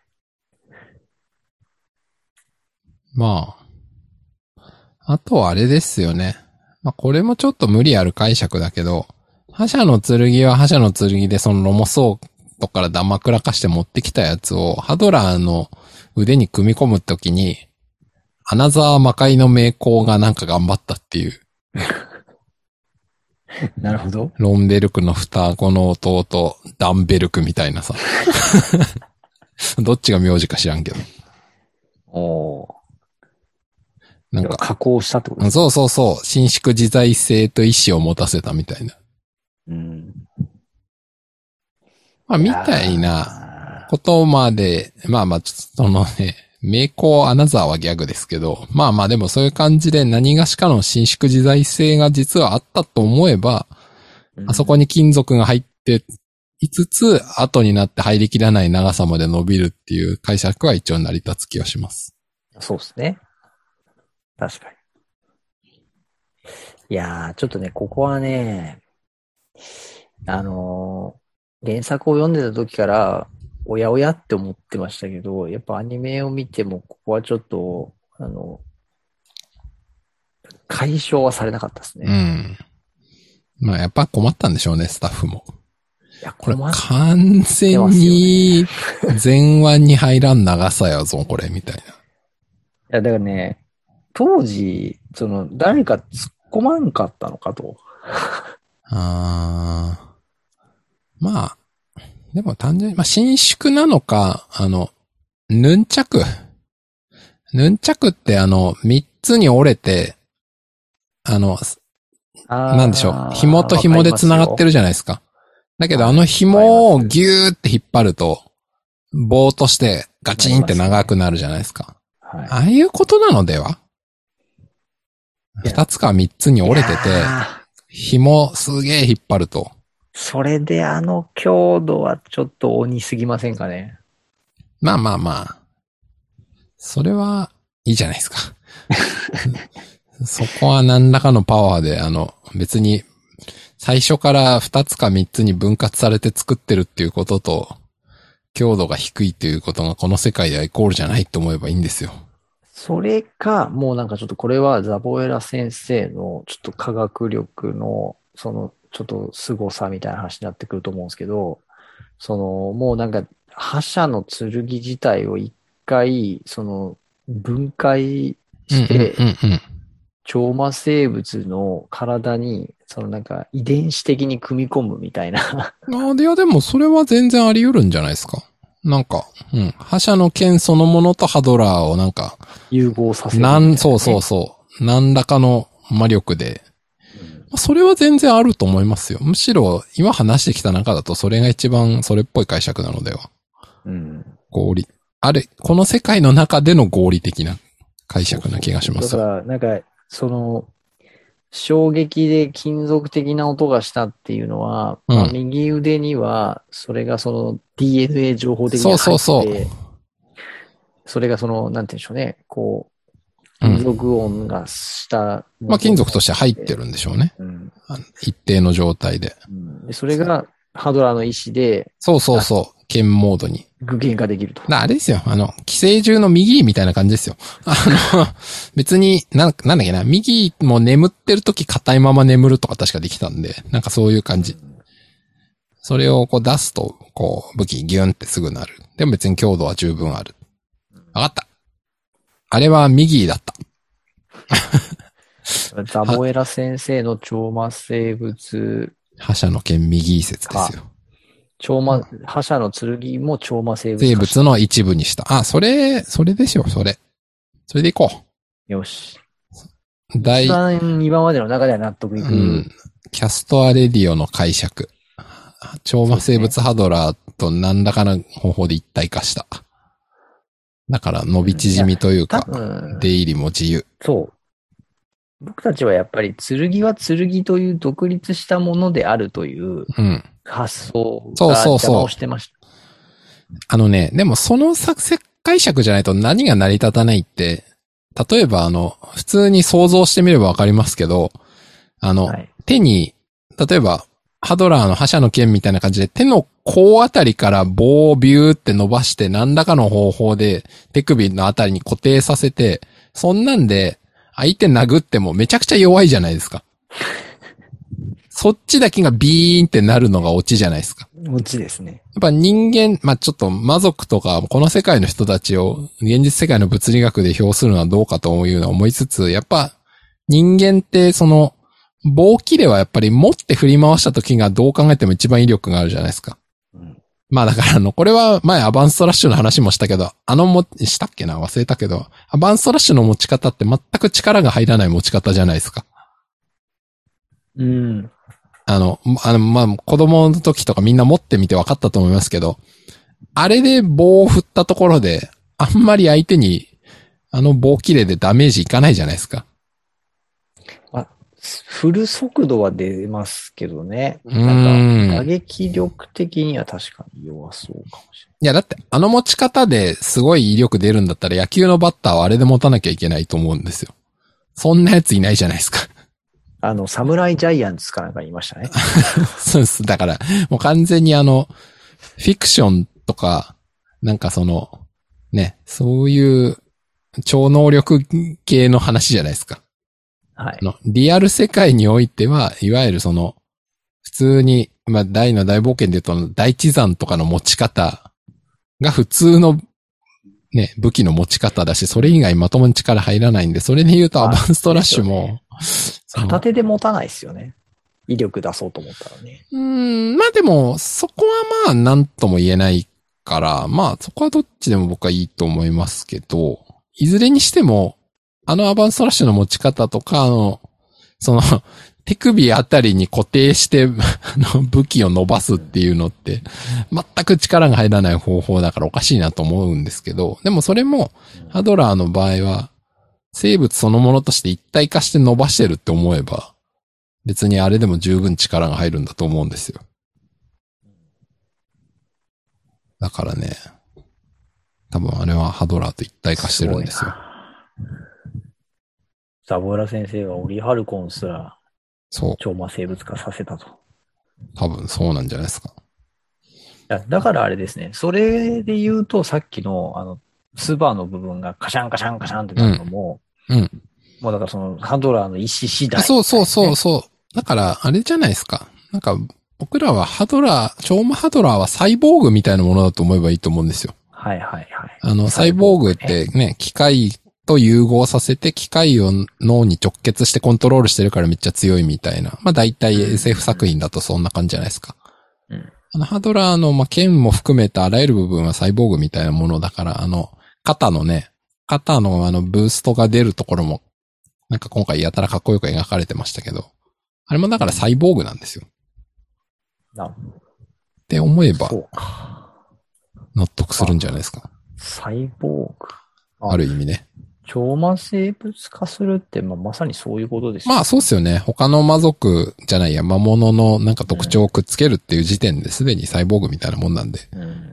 まあ。あとはあれですよね。まあこれもちょっと無理ある解釈だけど、覇者の剣は覇者の剣でそのロモス王とからダマくらかして持ってきたやつをハドラーの腕に組み込むときに、アナザー魔界の名工がなんか頑張ったっていう。 なるほど。 ロンベルクの双子の弟、ダンベルクみたいなさ。どっちが名字か知らんけど。 おー。 なんか。 加工したってことですか？ そうそうそう。伸縮自在性と意志を持たせたみたいな。まあ、みたいなことまで、まあまあ、そのね、名工アナザーはギャグですけど、まあまあでもそういう感じで何がしかの伸縮自在性が実はあったと思えば、あそこに金属が入っていつつ、後になって入りきらない長さまで伸びるっていう解釈は一応成り立つ気がします。 そうですね。確かに。いやー、ちょっとね、ここはね、原作を読んでた時から、おやおやって思ってましたけど、やっぱアニメを見ても、ここはちょっと、解消はされなかったですね。 まあやっぱ困ったんでしょうね、スタッフも。 いや、 これ完全に前腕に入らん長さやぞ、これ、みたいな。いや、だからね、当時、誰か突っ込まんかったのかと。 まあ、でも単純に、まあ伸縮なのか、ヌンチャク。ヌンチャクって三つに折れて、なんでしょう。紐と紐で繋がってるじゃないですか。 だけどあの紐をギューって引っ張ると、棒としてガチンって長くなるじゃないですか。 はい。 ああいうことなのでは？二つか三つに折れてて、紐すげえ引っ張ると。 それであの強度はちょっと鬼すぎませんかね。 まあまあまあ。それはいいじゃないですか。そこは何らかのパワーで、別に、最初から2つか3つに分割されて作ってるっていうことと、強度が低いっていうことがこの世界ではイコールじゃないと思えばいいんですよ。 それか、もうなんかちょっとこれはザボエラ先生のちょっと科学力の、ちょっと凄さみたいな話になってくると思うんですけど、もうなんか、覇者の剣自体を一回、分解して、超魔生物の体に、なんか遺伝子的に組み込むみたいな。 いやでもそれは全然あり得るんじゃないですか。なんか、覇者の剣そのものとハドラーをなんか、 融合させるみたいな、ね。 そう。何らかの魔力で、それは全然あると思いますよ。むしろ、今話してきた中だとそれが一番それっぽい解釈なのでは。合理。この世界の中での合理的な解釈な気がします。 だから、なんか、衝撃で金属的な音がしたっていうのは、右腕には、それがDNA 情報的に入って、そう。それがなんて言うんでしょうね、金属音がした。 金属として入ってるんでしょうね。一定の状態で。 でそれが、ハドラーの意思で。 そう。剣モードに。 具現化できると。 あれですよ。寄生獣の右みたいな感じですよ。別に、なんだっけな、右も眠ってるとき硬いまま眠るとか確かできたんで、なんかそういう感じ。それを出すと、武器ギュンってすぐなる。でも別に強度は十分ある。わかった。あれは右だった。 ザボエラ先生の超魔生物。 覇者の剣右説ですよ。 覇者の剣も超魔生物。 生物の一部にした。それですよ、それ。それでいこう。よし。一番今までの中では納得いく。 キャストアレディオの解釈。超魔生物ハドラーと何らかの方法で一体化した。だから伸び縮みというか、出入りも自由。 そう。僕たちはやっぱり剣は剣という独立したものであるという発想が邪魔をしてました。 でもその解釈じゃないと何が成り立たないって、例えば普通に想像してみればわかりますけど、手に、例えばハドラーの覇者の剣みたいな感じで手の甲あたりから棒をビューって伸ばして何らかの方法で手首のあたりに固定させて、そんなんで相手殴ってもめちゃくちゃ弱いじゃないですか。そっちだけがビーンってなるのがオチじゃないですか。 オチですね。 やっぱ人間、ちょっと魔族とかこの世界の人たちを現実世界の物理学で表するのはどうかというのは思いつつ、やっぱ人間って棒切れはやっぱり持って振り回した時がどう考えても一番威力があるじゃないですか。だからこれは前アバンストラッシュの話もしたけど、したっけな忘れたけど、アバンストラッシュの持ち方って全く力が入らない持ち方じゃないですか。子供の時とかみんな持ってみて分かったと思いますけど、あれで棒を振ったところで、あんまり相手に、棒切れでダメージいかないじゃないですか。 振る速度は出ますけどね。なんか、打撃力的には確かに弱そうかもしれない。 いや、だって持ち方ですごい威力出るんだったら野球のバッターはあれで持たなきゃいけないと思うんですよ。そんなやついないじゃないですか。 サムライジャイアンツかなんか言いましたね。 そうです。だから、もう完全にフィクションとか、なんかね、そういう超能力系の話じゃないですか。 はい。 リアル世界においては、いわゆる普通に、大の大冒険で言うと、大地山とかの持ち方が普通の、ね、武器の持ち方だし、それ以外まともに力入らないんで、それで言うとアバンストラッシュも、 片手で持たないですよね。威力出そうと思ったらね。 でも、そこはなんとも言えないから、そこはどっちでも僕はいいと思いますけど、いずれにしても、アバンストラッシュの持ち方とか、 手首あたりに固定して武器を伸ばすっていうのって、全く力が入らない方法だからおかしいなと思うんですけど、でもそれも、ハドラーの場合は、生物そのものとして一体化して伸ばしてるって思えば、別にあれでも十分力が入るんだと思うんですよ。だからね、多分あれはハドラーと一体化してるんですよ。 ザボラ先生はオリハルコンすら、 そう。 超魔生物化させたと。 多分そうなんじゃないですか。 だからあれですね。それで言うと、さっきの、スバの部分がカシャンカシャンカシャンってなるのも、 うん。 もうだからその、ハドラーの意思次第、ね。 そうそうそうそう。だから、あれじゃないですか。なんか、僕らは超魔ハドラーはサイボーグみたいなものだと思えばいいと思うんですよ。 はいはいはい。 サイボーグってね、機械と融合させて機械を脳に直結してコントロールしてるからめっちゃ強いみたいな。まあ大体 SF 作品だとそんな感じじゃないですか。 うん、 ハドラーの、剣も含めたあらゆる部分はサイボーグみたいなものだから、肩のブーストが出るところも、なんか今回やたらかっこよく描かれてましたけど、あれもだからサイボーグなんですよ。って思えば、納得するんじゃないですか。 サイボーグ。 ある意味ね。 超魔生物化するって、まさにそういうことですよね。まあそうですよね。他の魔族じゃない魔物のなんか特徴をくっつけるっていう時点ですでにサイボーグみたいなもんなんで。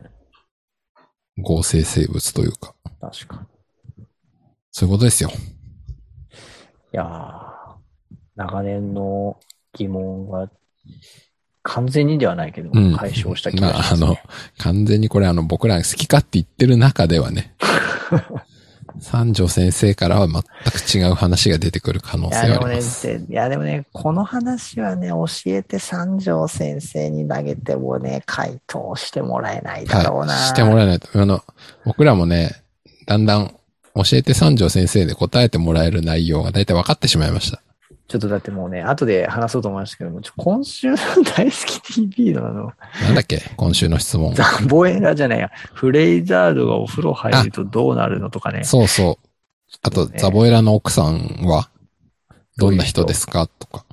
合成生物というか。 確かに。 そういうことですよ。 いやー、長年の疑問が完全にではないけど、解消した気がします、ね。 まあ完全にこれ僕らが好きかって言ってる中ではね。三条先生からは全く違う話が出てくる可能性があります。 いやでもね、この話はね、教えて三条先生に投げてもね、回答してもらえないだろうな。 はい、してもらえないと。僕らもね、だんだん教えて三条先生で答えてもらえる内容がだいたい分かってしまいました。 ちょっとだってもうね、後で話そうと思いましたけども、今週の大好き TV のなんだっけ今週の質問。 ザボエラじゃないや。フレイザードがお風呂入るとどうなるのとかね。 そうそう。あと、ザボエラの奥さんはどんな人ですかとか。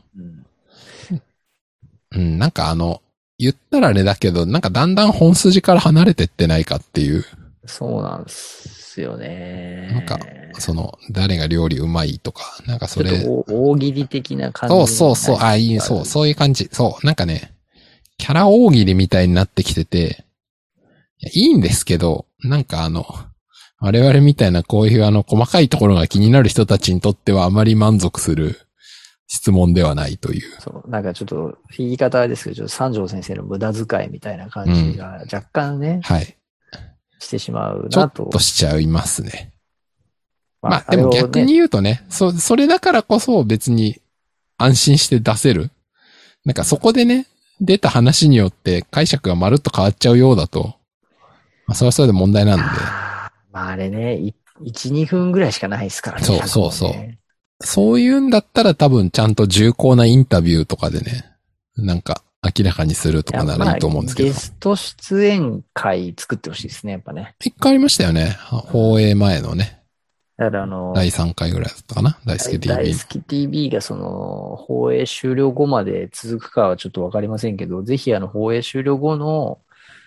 なんか言ったらあれだけど、なんかだんだん本筋から離れてってないかっていう。 そうなんですよね。 なんか、誰が料理うまいとか、なんかそれ。 大喜利的な感じ。 そう。そういう感じ。そう、なんかね、キャラ大喜利みたいになってきてて、いいんですけど、なんか我々みたいなこういう細かいところが気になる人たちにとってはあまり満足する質問ではないという。 そう、なんかちょっと言い方ですけど、三条先生の無駄遣いみたいな感じが若干ね、 はい。 してしまうなと。 ちょっとしちゃいますね。まあでも逆に言うとね、それだからこそ別に安心して出せる。なんかそこでね、出た話によって解釈がまるっと変わっちゃうようだと、まあそれはそれで問題なんで。 まああれね、1、2分ぐらいしかないですからね。 そう。そういうんだったら多分ちゃんと重厚なインタビューとかでね、なんか明らかにするとかならいいと思うんですけど。 ゲスト出演会作ってほしいですね、やっぱね。 一回ありましたよね。放映前のね。 だから第3回ぐらいだったかな大好き TV。 大好き TV が放映終了後まで続くかはちょっとわかりませんけど、ぜひ放映終了後の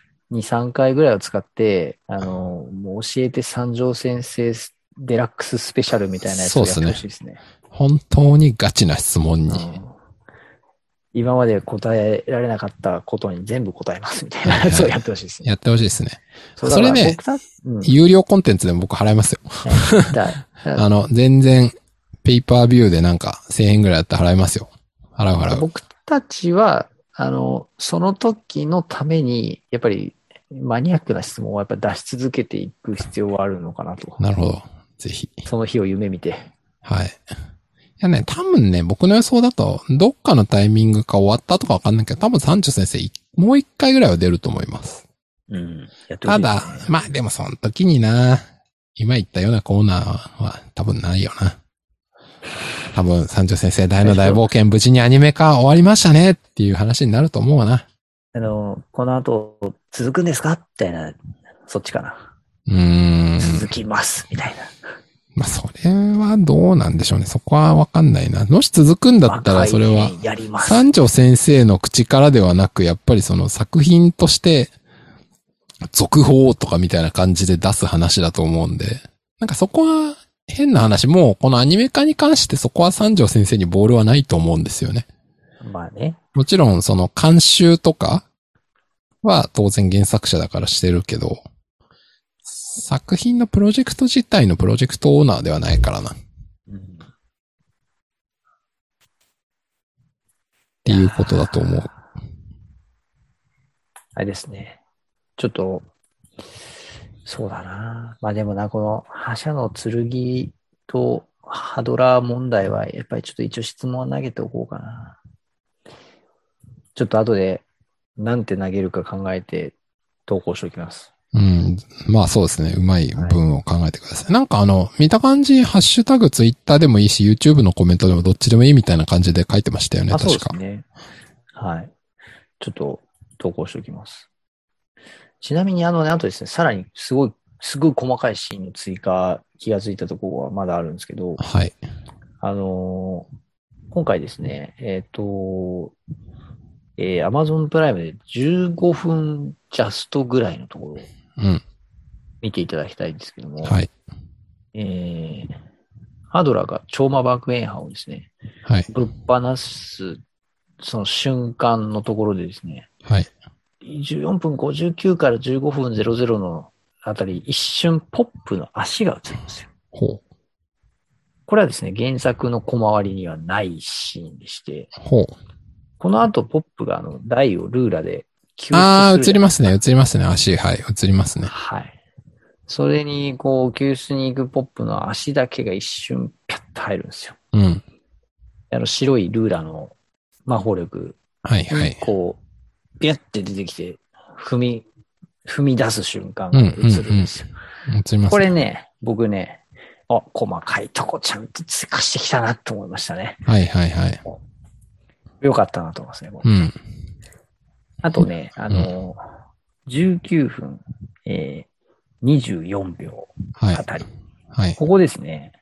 2、3回ぐらいを使って、もう教えて三条先生デラックススペシャルみたいなやつをやってほしいですね。 本当にガチな質問に。 今まで答えられなかったことに全部答えますみたいなやつをやってほしいですね。 やってほしいですね。それね、有料コンテンツでも僕払いますよ。全然、ペーパービューでなんか1000円ぐらいだったら払いますよ。払う。 僕たちは、その時のために、やっぱりマニアックな質問をやっぱ出し続けていく必要はあるのかなと。 なるほど。ぜひ。 その日を夢見て。 はい。いやね、多分ね、僕の予想だと、どっかのタイミングか終わったとかわかんないけど、多分三条先生、もう一回ぐらいは出ると思います。ただ、まあでもその時にな、今言ったようなコーナーは多分ないよな。多分、三条先生大の大冒険無事にアニメ化終わりましたねっていう話になると思うな。 この後続くんですかみたいな、そっちかな。続きますみたいな。 まあ、それはどうなんでしょうね。そこはわかんないな。もし続くんだったら、それは、三条先生の口からではなく、やっぱりその作品として、続報とかみたいな感じで出す話だと思うんで、なんかそこは変な話、もうこのアニメ化に関してそこは三条先生にボールはないと思うんですよね。 まあね。 もちろんその監修とかは当然原作者だからしてるけど、作品のプロジェクト自体のプロジェクトオーナーではないからな。っていうことだと思う。 あれですね。ちょっと、そうだな。まあでもな、この覇者の剣とハドラー問題は、やっぱりちょっと一応質問を投げておこうかな。ちょっと後で、なんて投げるか考えて投稿しておきます。 うん。まあそうですね。うまい文を考えてください。なんか見た感じ、ハッシュタグツイッターでもいいし、YouTube のコメントでもどっちでもいいみたいな感じで書いてましたよね、確か。 そうですね。はい。ちょっと投稿しておきます。ちなみにあとですね、さらにすごい細かいシーンの追加、気がついたところはまだあるんですけど、 はい。 今回ですね、Amazon プライムで15分ジャストぐらいのところを見ていただきたいんですけども、 はい。 ハドラーが超魔爆炎波をですね、 はい。 ぶっ放す、その瞬間のところでですね、 はい。 14分59から15分00のあたり、一瞬ポップの足が映るんですよ。 ほう。 これはですね、原作の小回りにはないシーンでして、 ほう。 この後ポップが台をルーラで救出する。 映りますね、映りますね、足、はい、映りますね。 はい。それに、救出に行くポップの足だけが一瞬、ピャッと入るんですよ。 うん。 白いルーラの魔法力。 はいはい。 ビャッて出てきて、踏み出す瞬間が映るんですよ。 映ります。 これね、僕ね、細かいとこちゃんと追加してきたなと思いましたね。 はいはいはい。 よかったなと思いますね。 うん。 あとね、19分、24秒あたり。 はい。 ここですね。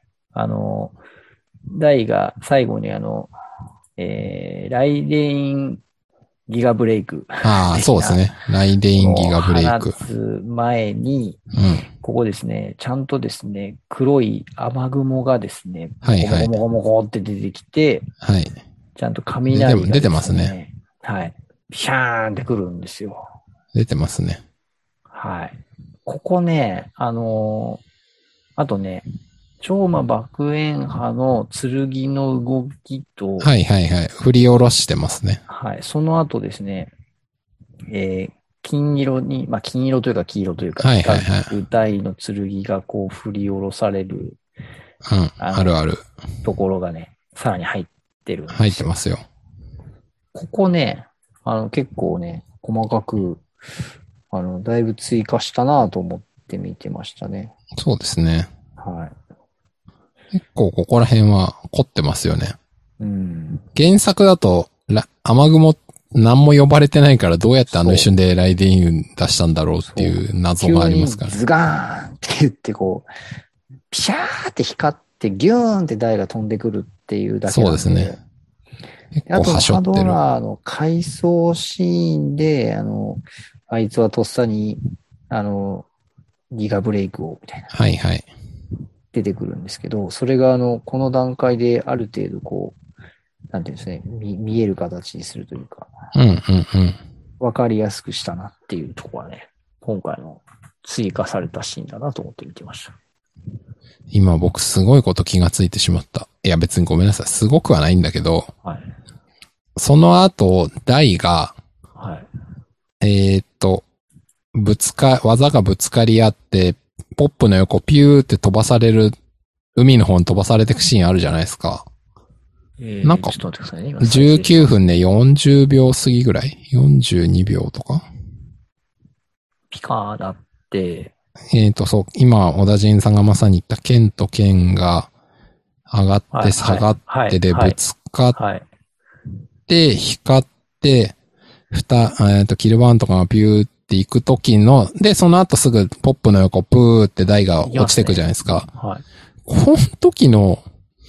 ダイが最後にライデインギガブレイク。 そうですね。ライデインギガブレイク。 放つ前に、ここですね、ちゃんとですね、黒い雨雲がですね、 はいはい。 もごもごって出てきて、 はい。 ちゃんと雷が、 出てますね。 はい。ピシャーンってくるんですよ。 出てますね。 はい。ここね、あとね、超魔爆炎波の剣の動きと、 はいはいはい。振り下ろしてますね。 はい。その後ですね、金色に、金色というか黄色というか、 はいはいはい。 台の剣が振り下ろされる。 あるある。 ところがね、さらに入ってるんですよ。 入ってますよ。 ここね、結構ね、細かく、だいぶ追加したなと思って見てましたね。 そうですね。 はい。 結構ここら辺は凝ってますよね。 うん。 原作だと、雨雲何も呼ばれてないからどうやって一瞬でライデイン出したんだろうっていう謎がありますからね。 ズガーンって言ってピシャーって光ってギューンって台が飛んでくるっていうだけなんで。 そうですね。 あと、ハドラーの回想シーンで、あいつはとっさに、ギガブレイクを、みたいな。 はいはい。 出てくるんですけど、それがこの段階である程度なんていうんですね、見える形にするというか。わかりやすくしたなっていうところはね、今回の追加されたシーンだなと思って見てました。 今僕すごいこと気がついてしまった。いや別にごめんなさい。すごくはないんだけど、 はい、 その後、ダイが、 はい、 技がぶつかり合って、ポップの横ピューって飛ばされる、海の方に飛ばされてくシーンあるじゃないですか。なんか、 ちょっと待ってくださいね。 19分で40秒過ぎぐらい ?42 秒とかピカーだって、 そう、今、小田陣さんがまさに言った剣と剣が上がって下がってでぶつかって、光って、キルバーンとかがピューって行く時の、で、その後すぐポップの横プーって台が落ちてくじゃないですか。 はい。 この時の、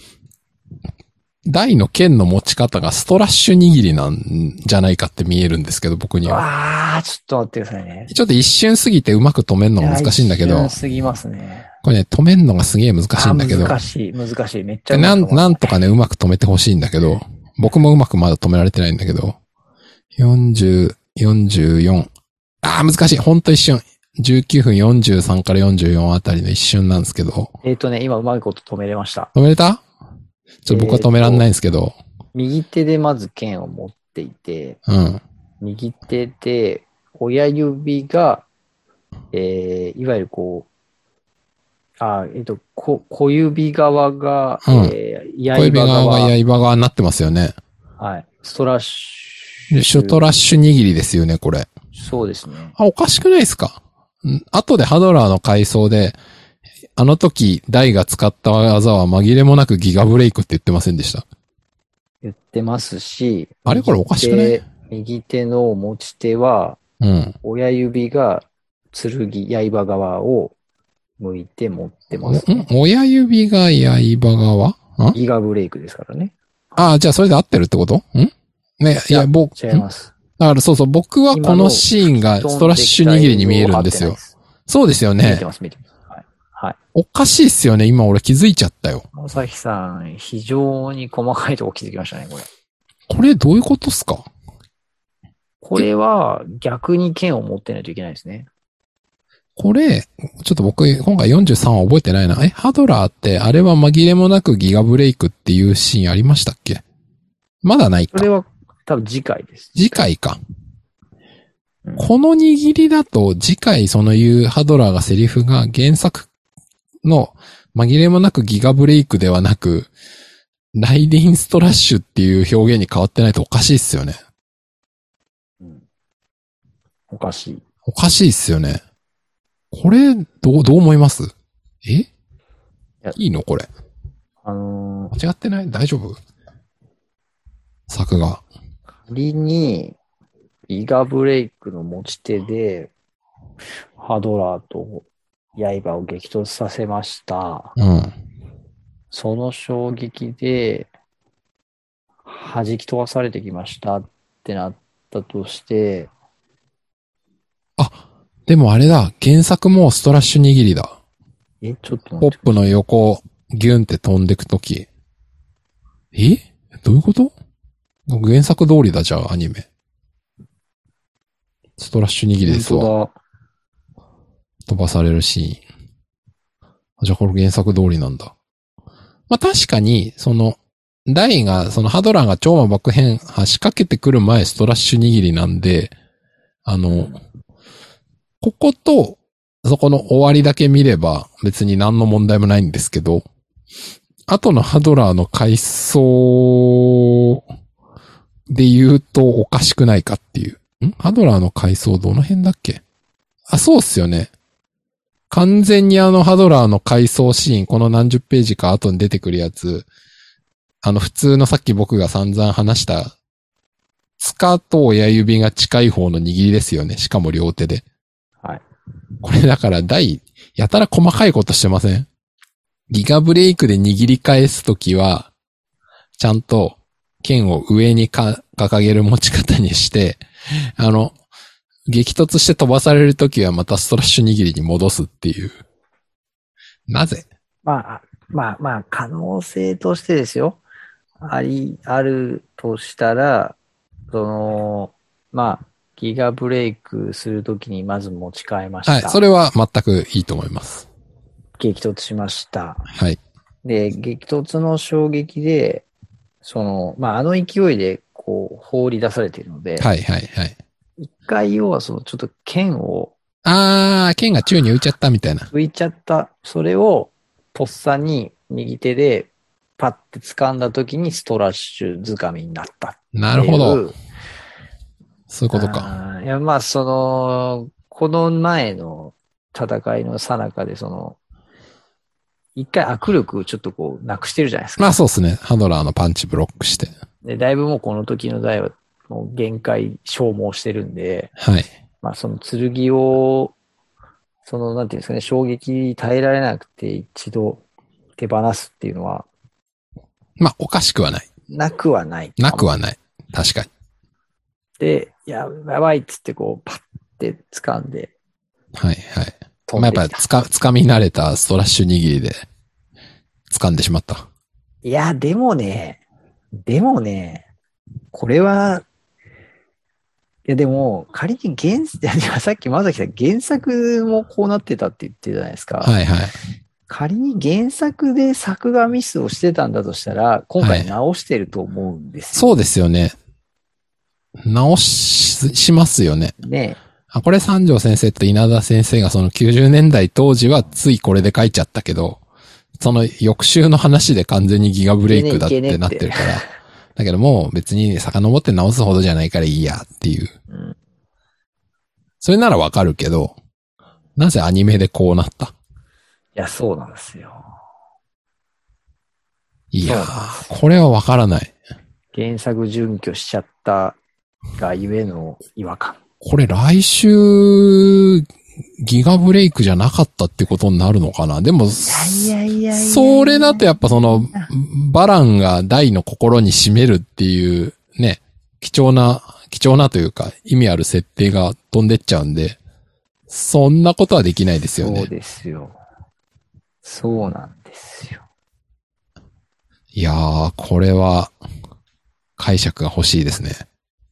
大の剣の持ち方がストラッシュ握りなんじゃないかって見えるんですけど、僕には。 ちょっと待ってくださいね。 ちょっと一瞬過ぎてうまく止めるのが難しいんだけど。 一瞬過ぎますね。 これね、止めるのがすげえ難しいんだけど。 難しい。めっちゃなんとかね、うまく止めてほしいんだけど、僕もうまくまだ止められてないんだけど。40、44。難しい。ほんと一瞬。19分43から44あたりの一瞬なんですけど。 今うまいこと止めれました。 止めれた？ちょっと僕は止めらんないんですけど。 右手でまず剣を持っていて、 うん。 右手で親指が、いわゆるこう、小指側が、 小指側が刃側になってますよね。 はい。ストラッシュ。 シュトラッシュ握りですよね、これ。 そうですね。 おかしくないですか？後でハドラーの回想で、あの時、ダイが使った技は紛れもなくギガブレイクって言ってませんでした？ 言ってますし、 あれこれおかしくない？ 右手の持ち手は、親指が剣、刃側を向いて持ってます、ね。 親指が刃側？ ギガブレイクですからね。 じゃあそれで合ってるってこと？ね、いや、 違います。 だからそう、僕はこのシーンがストラッシュ握りに見えるんですよ。そうですよね。 見てます。はい。 おかしいっすよね。今俺気づいちゃったよ。 まさきさん、非常に細かいとこ気づきましたね、これ。 これどういうことっすか？ これは逆に剣を持ってないといけないですね。 これ、ちょっと僕、今回43は覚えてないな。ハドラーって、あれは紛れもなくギガブレイクっていうシーンありましたっけ？まだないか。 それは多分次回です。 次回か。この握りだと、次回その言うハドラーがセリフが原作の紛れもなくギガブレイクではなく、ライディンストラッシュっていう表現に変わってないとおかしいっすよね。 おかしい。 おかしいっすよね。これ、どう思います？いいのこれ。間違ってない？大丈夫？作画。 仮に、ギガブレイクの持ち手で、ハドラーと刃を激突させました。その衝撃で、弾き飛ばされてきましたってなったとして、 でもあれだ、原作もストラッシュ握りだ。 ちょっとポップの横、ギュンって飛んでくとき。どういうこと？原作通りだ、じゃあ、アニメ。ストラッシュ握りですわ。 本当だ。 飛ばされるシーン。じゃあこれ原作通りなんだ。確かに、ダイが、ハドラーが超魔爆変破仕掛けてくる前ストラッシュ握りなんで、ここと、そこの終わりだけ見れば別に何の問題もないんですけど、後のハドラーの回想で言うとおかしくないかっていう。ハドラーの回想どの辺だっけ？そうっすよね。完全にハドラーの回想シーン、この何十ページか後に出てくるやつ、普通のさっき僕が散々話した、塚と親指が近い方の握りですよね。しかも両手で。 はい。 これだからやたら細かいことしてません？ギガブレイクで握り返すときは、ちゃんと剣を上に掲げる持ち方にして、激突して飛ばされるときはまたストラッシュ握りに戻すっていう。なぜ？ 可能性としてですよ。あるとしたら、ギガブレイクするときにまず持ち替えました。 はい、それは全くいいと思います。 激突しました。 はい。 で、激突の衝撃で、あの勢いで、放り出されているので、 はい。 一回、要はちょっと剣を、 剣が宙に浮いちゃったみたいな。 浮いちゃった。それを、とっさに右手で、パッて掴んだ時にストラッシュ掴みになったっていう。 なるほど。そういうことか。 いや、この前の戦いの最中で、一回握力をちょっとなくしてるじゃないですか。 そうですね。ハドラーのパンチブロックして。 で、だいぶもうこの時の台は、もう限界消耗してるんで、 はい。 その剣を、なんていうんですかね、衝撃に耐えられなくて一度手放すっていうのは、 まあ、おかしくはない。 なくはない。 なくはない。確かに。 で、やばいっつってこう、パッて掴んで。 はいはい。まあ、やっぱ掴み慣れたストラッシュ握りで掴んでしまった。 いや、でもね、これは、いやでも、仮にさっきまさきさん原作もこうなってたって言ってるじゃないですか。 はいはい。 仮に原作で作画ミスをしてたんだとしたら、今回直してると思うんですよ。 そうですよね。直しますよね。 ね。 これ三条先生と稲田先生がその90年代当時はついこれで書いちゃったけど、その翌週の話で完全にギガブレイクだってなってるから。だけどもう別に遡って直すほどじゃないからいいやっていう。 うん、 それならわかるけど、なぜアニメでこうなった？ いや、そうなんですよ。 いやー、これはわからない。 原作準拠しちゃったがゆえの違和感。 これ来週、ギガブレイクじゃなかったってことになるのかな。でも、それだとやっぱその、バランが大の心に占めるっていうね、貴重なというか意味ある設定が飛んでっちゃうんで、そんなことはできないですよね。 そうですよ。そうなんですよ。 いやー、これは、解釈が欲しいですね。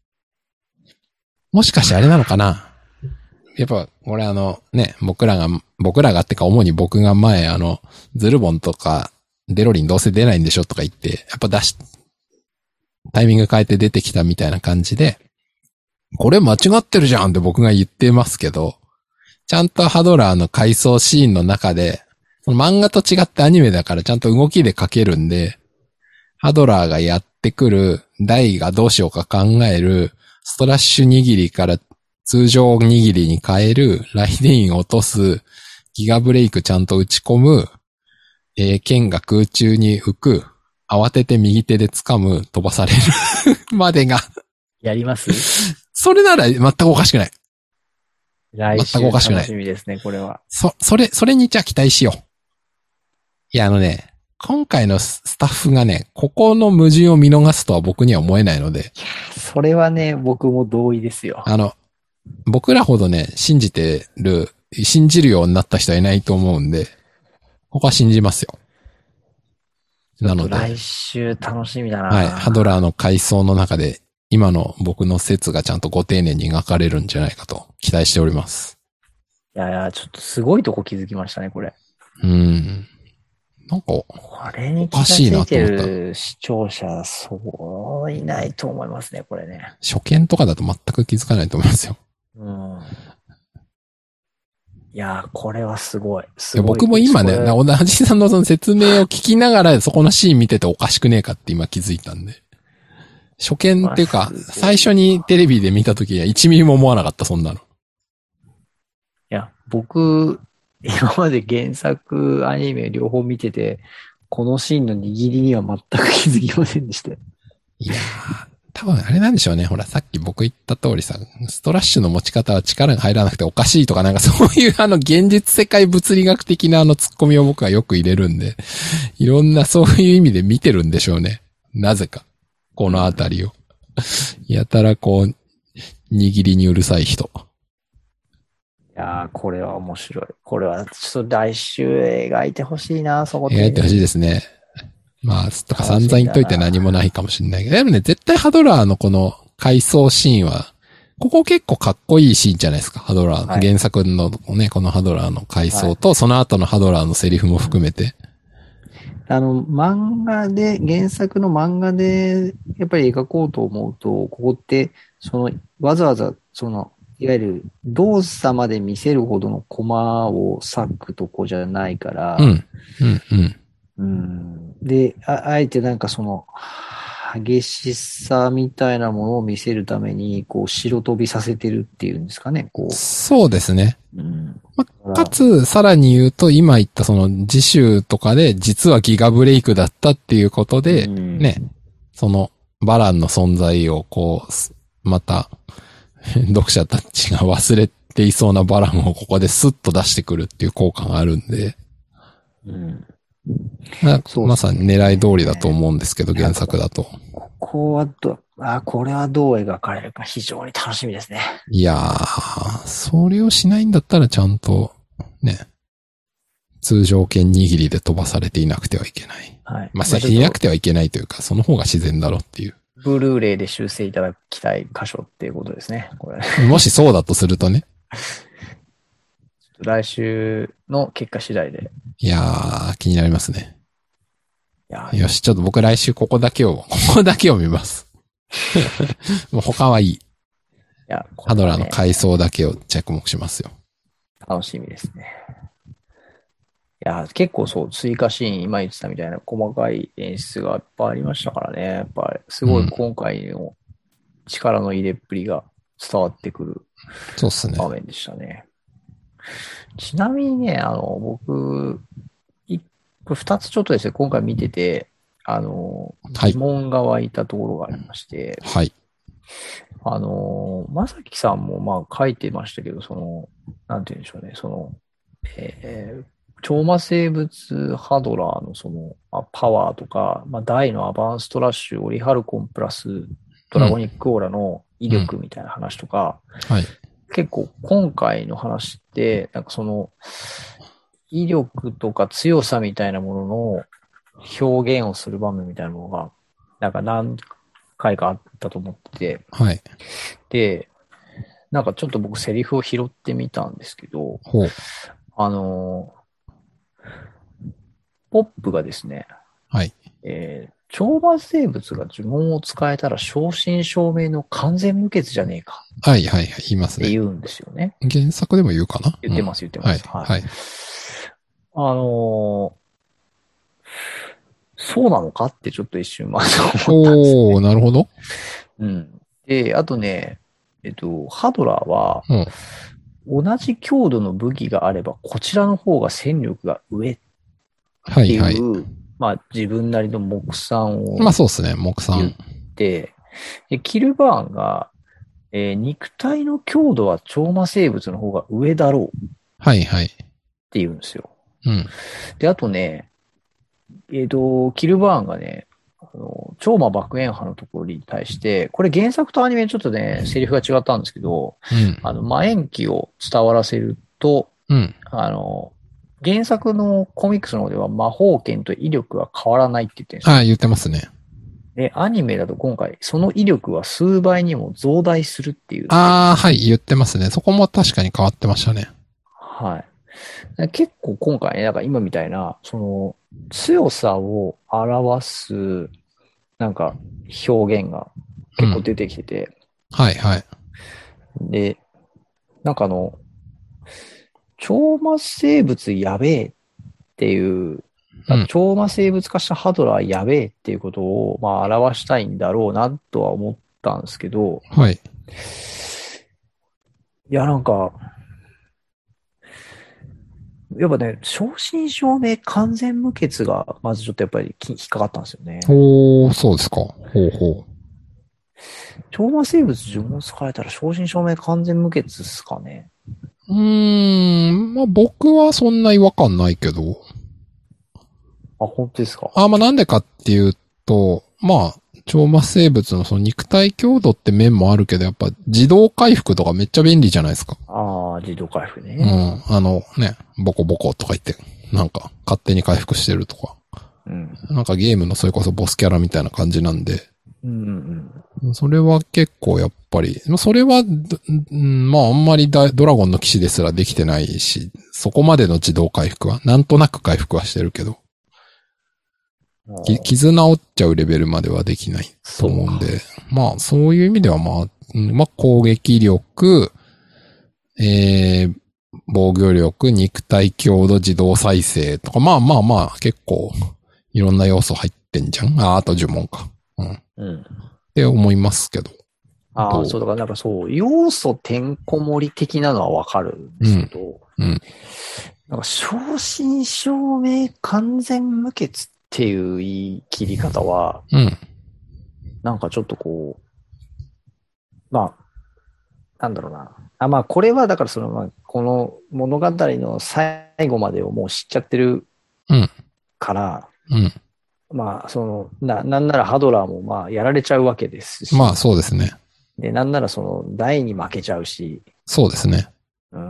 もしかしてあれなのかな？やっぱ、俺ね、僕らがってか主に僕が前ズルボンとかデロリンどうせ出ないんでしょとか言って、やっぱタイミング変えて出てきたみたいな感じで、これ間違ってるじゃんって僕が言ってますけど、ちゃんとハドラーの回想シーンの中で、その漫画と違ってアニメだからちゃんと動きで描けるんで、ハドラーがやってくる、ダイがどうしようか考える、ストラッシュ握りから通常握りに変える、ライデイン落とす、ギガブレイクちゃんと打ち込む、剣が空中に浮く、慌てて右手で掴む、飛ばされるまでがやりますそれなら全くおかしくない。 来週楽しみですね、これは。 それにじゃあ期待しよう。いや今回のスタッフがね、ここの矛盾を見逃すとは僕には思えないので。 それはね、僕も同意ですよ。 僕らほどね、信じるようになった人はいないと思うんで、ここは信じますよ。なので。 来週楽しみだな。 はい。ハドラーの回想の中で、今の僕の説がちゃんとご丁寧に描かれるんじゃないかと期待しております。 いや、ちょっとすごいとこ気づきましたね、これ。 なんか、これに気がついてる視聴者、そういないと思いますね、これね。 初見とかだと全く気づかないと思いますよ。 いやー、これはすごい。 僕も今ね、同じさんのその説明を聞きながらそこのシーン見てておかしくねえかって今気づいたんで。初見っていうか、最初にテレビで見た時は1ミリも思わなかった、そんなの。いや、僕、今まで原作、アニメ両方見てて、このシーンの握りには全く気づきませんでした。いやー、多分あれなんでしょうね。ほら、さっき僕言った通りさ、ストラッシュの持ち方は力が入らなくておかしいとかなんかそういう現実世界物理学的なツッコミを僕はよく入れるんで、いろんなそういう意味で見てるんでしょうね。なぜか。このあたりを。やたら握りにうるさい人。 いやー、これは面白い。これはちょっと来週描いてほしいな、そこで。 描いてほしいですね。まあ、とか散々言っといて何もないかもしれないけど、でもね、絶対ハドラーのこの回想シーンは、ここ結構かっこいいシーンじゃないですか、ハドラーの。はい、原作のね、このハドラーの回想と、その後のハドラーのセリフも含めて。 原作の漫画で、やっぱり描こうと思うと、ここって、わざわざ、いわゆる動作まで見せるほどのコマを割くとこじゃないから、で、あえて激しさみたいなものを見せるために、白飛びさせてるっていうんですかね、 そうですね。かつ、さらに言うと、今言った次週とかで、実はギガブレイクだったっていうことで、ね、バランの存在をまた、読者たちが忘れていそうなバランをここでスッと出してくるっていう効果があるんで。 そうまさに狙い通りだと思うんですけど、原作だと。 ここはこれはどう描かれるか非常に楽しみですね。 いやー、それをしないんだったらちゃんと、ね、通常剣握りで飛ばされていなくてはいけない。 はい。 まあ、いなくてはいけないというか、その方が自然だろっていう。 ブルーレイで修正いただきたい箇所っていうことですね。これ。 もしそうだとするとね。 来週の結果次第で。 いやー、気になりますね。 いやよし、ちょっと僕来週ここだけを見ます。もう他はいい。 いや、 ハドラーの階層だけを着目しますよ。 楽しみですね。いや、結構そう、追加シーン、今言ってたみたいな細かい演出がいっぱいありましたからね。やっぱり、すごい今回の力の入れっぷりが伝わってくるそうっすね。 場面でしたね。ちなみにね、僕、これ二つちょっとですね、今回見てて、 はい疑問が湧いたところがありまして、 はい。 まさきさんもまあ書いてましたけど、なんて言うんでしょうね、超魔生物ハドラーのパワーとか、まあ、大のアバンストラッシュ、オリハルコンプラス、ドラゴニックオーラの威力みたいな話とか、 はい。 結構今回の話って、なんか威力とか強さみたいなものの表現をする場面みたいなものが、なんか何回かあったと思ってて、 はい。 で、なんかちょっと僕セリフを拾ってみたんですけど、 ほう。 あの、ポップがですね、 はい。 超魔生物が呪文を使えたら正真正銘の完全無欠じゃねえかはいはいはい。言いますね。 って言うんですよね。 原作でも言うかな。 言ってます、言ってます。 はい。はい。 あのーそうなのかってちょっと一瞬まず思ったんですおー、なるほど。 うん。で、あとね、ハドラーは、 うん。 同じ強度の武器があれば、こちらの方が戦力が上っていう、 はいはい。 まあ自分なりの目算をまあそうっすね、木さ言っん。 て、でキルバーンが、肉体の強度は超魔生物の方が上だろうっはいはい。 て言うんですよ。 うん。 で、あとね、キルバーンがね、超魔爆炎波のところに対して、これ原作とアニメちょっとね、セリフが違ったんですけど、 うん。 魔炎気を伝わらせると、 うん。 原作のコミックスの方では魔法剣と威力は変わらないって言ってるんですよ。 ああ、言ってますね。 で、アニメだと今回、その威力は数倍にも増大するっていう。 ああ、はい、言ってますね。そこも確かに変わってましたね。 はい。結構今回ね、なんか今みたいな、強さを表す、なんか表現が結構出てきてて、 はいはい。 で、なんか超魔生物やべえっていう、 うん。 超魔生物化したハドラーやべえっていうことを、まあ表したいんだろうなとは思ったんですけど、 はい。 いやなんか、やっぱね、正真正銘完全無欠が、まずちょっとやっぱり引っかかったんですよね。 おー、そうですか。ほうほ超魔生物呪文使えたら正真正銘完全無欠っすかね。 う。まあ僕はそんな違和感ないけど。 あ、本当ですか。 まあなんでかっていうと、まあ、超魔生物のその肉体強度って面もあるけど、やっぱ自動回復とかめっちゃ便利じゃないですか。 ああ、自動回復うね。 ん。ボコボコとか言って、なんか勝手に回復してるとか。 うん。 なんかゲームのそれこそボスキャラみたいな感じなんで、 うんうんそれは結構やっぱり、それは、まああんまりドラゴンの騎士ですらできてないし、そこまでの自動回復は、なんとなく回復はしてるけど、 うん。 傷治っちゃうレベルまではできないと思うんで、まあそういう意味ではまあ攻撃力、防御力、肉体強度、自動再生とか、まあまあまあ結構いろんな要素入ってんじゃん。あと呪文か。うん。 うん。 って思いますけど。 ああ、そう、だからなんかそう、要素てんこ盛り的なのはわかるんですけど、 うん。 なんか正真正銘完全無欠っていう言い切り方は、 うん。 なんかちょっとこう、まあ、なんだろうな。まあこれはだからまあ、この物語の最後までをもう知っちゃってるうん。 から、 うん。 まあ、なんならハドラーもまあ、やられちゃうわけですし。 まあ、そうですね。 で、なんなら大に負けちゃうし。 そうですね。 うん、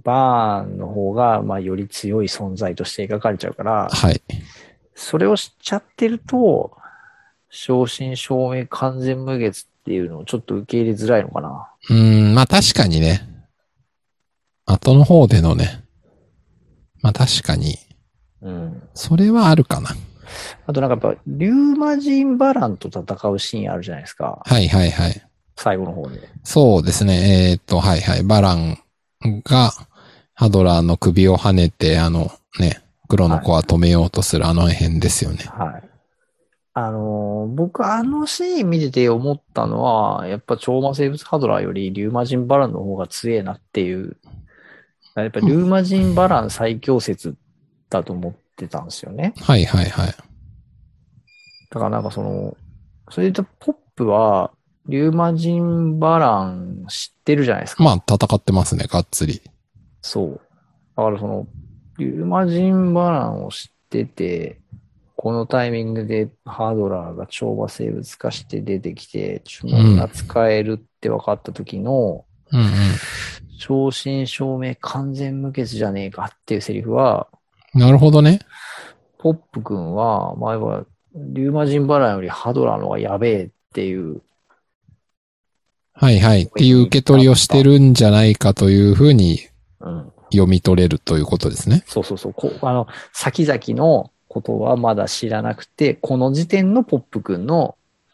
バーンの方が、まあ、より強い存在として描かれちゃうから、 はい。 それを知っちゃってると、正真正銘完全無月っていうのをちょっと受け入れづらいのかな。 まあ確かにね。後の方でのね。まあ確かに。 うん。 それはあるかな。 あとなんかやっぱ、リューマジンバランと戦うシーンあるじゃないですか。 はいはいはい。 最後の方で。 そうですね。はいはい。バランがハドラーの首を跳ねて、黒の子は止めようとするあの辺ですよね。 はい。僕あのシーン見てて思ったのは、やっぱ超魔生物ハドラーよりリューマジンバランの方が強えなっていう。やっぱリューマジンバラン最強説だと思ってたんですよね。 はいはいはい。 だからなんかそれでポップは、リューマジンバラン知ってるじゃないですか。 まあ戦ってますね、がっつり。 そう。だからリューマジンバランを知ってて、このタイミングでハードラーが超魔生物化して出てきて、呪文が使えるって分かった時の、 うんうん。 正真正銘完全無欠じゃねえかっていうセリフは、 なるほどね。 ポップ君は、前は、リューマジンバランよりハドラーの方がやべえっていう、 はいはい。っていう受け取りをしてるんじゃないかというふうに読み取れるということですね。 そうそうそう。先々のことはまだ知らなくて、この時点のポップ君の、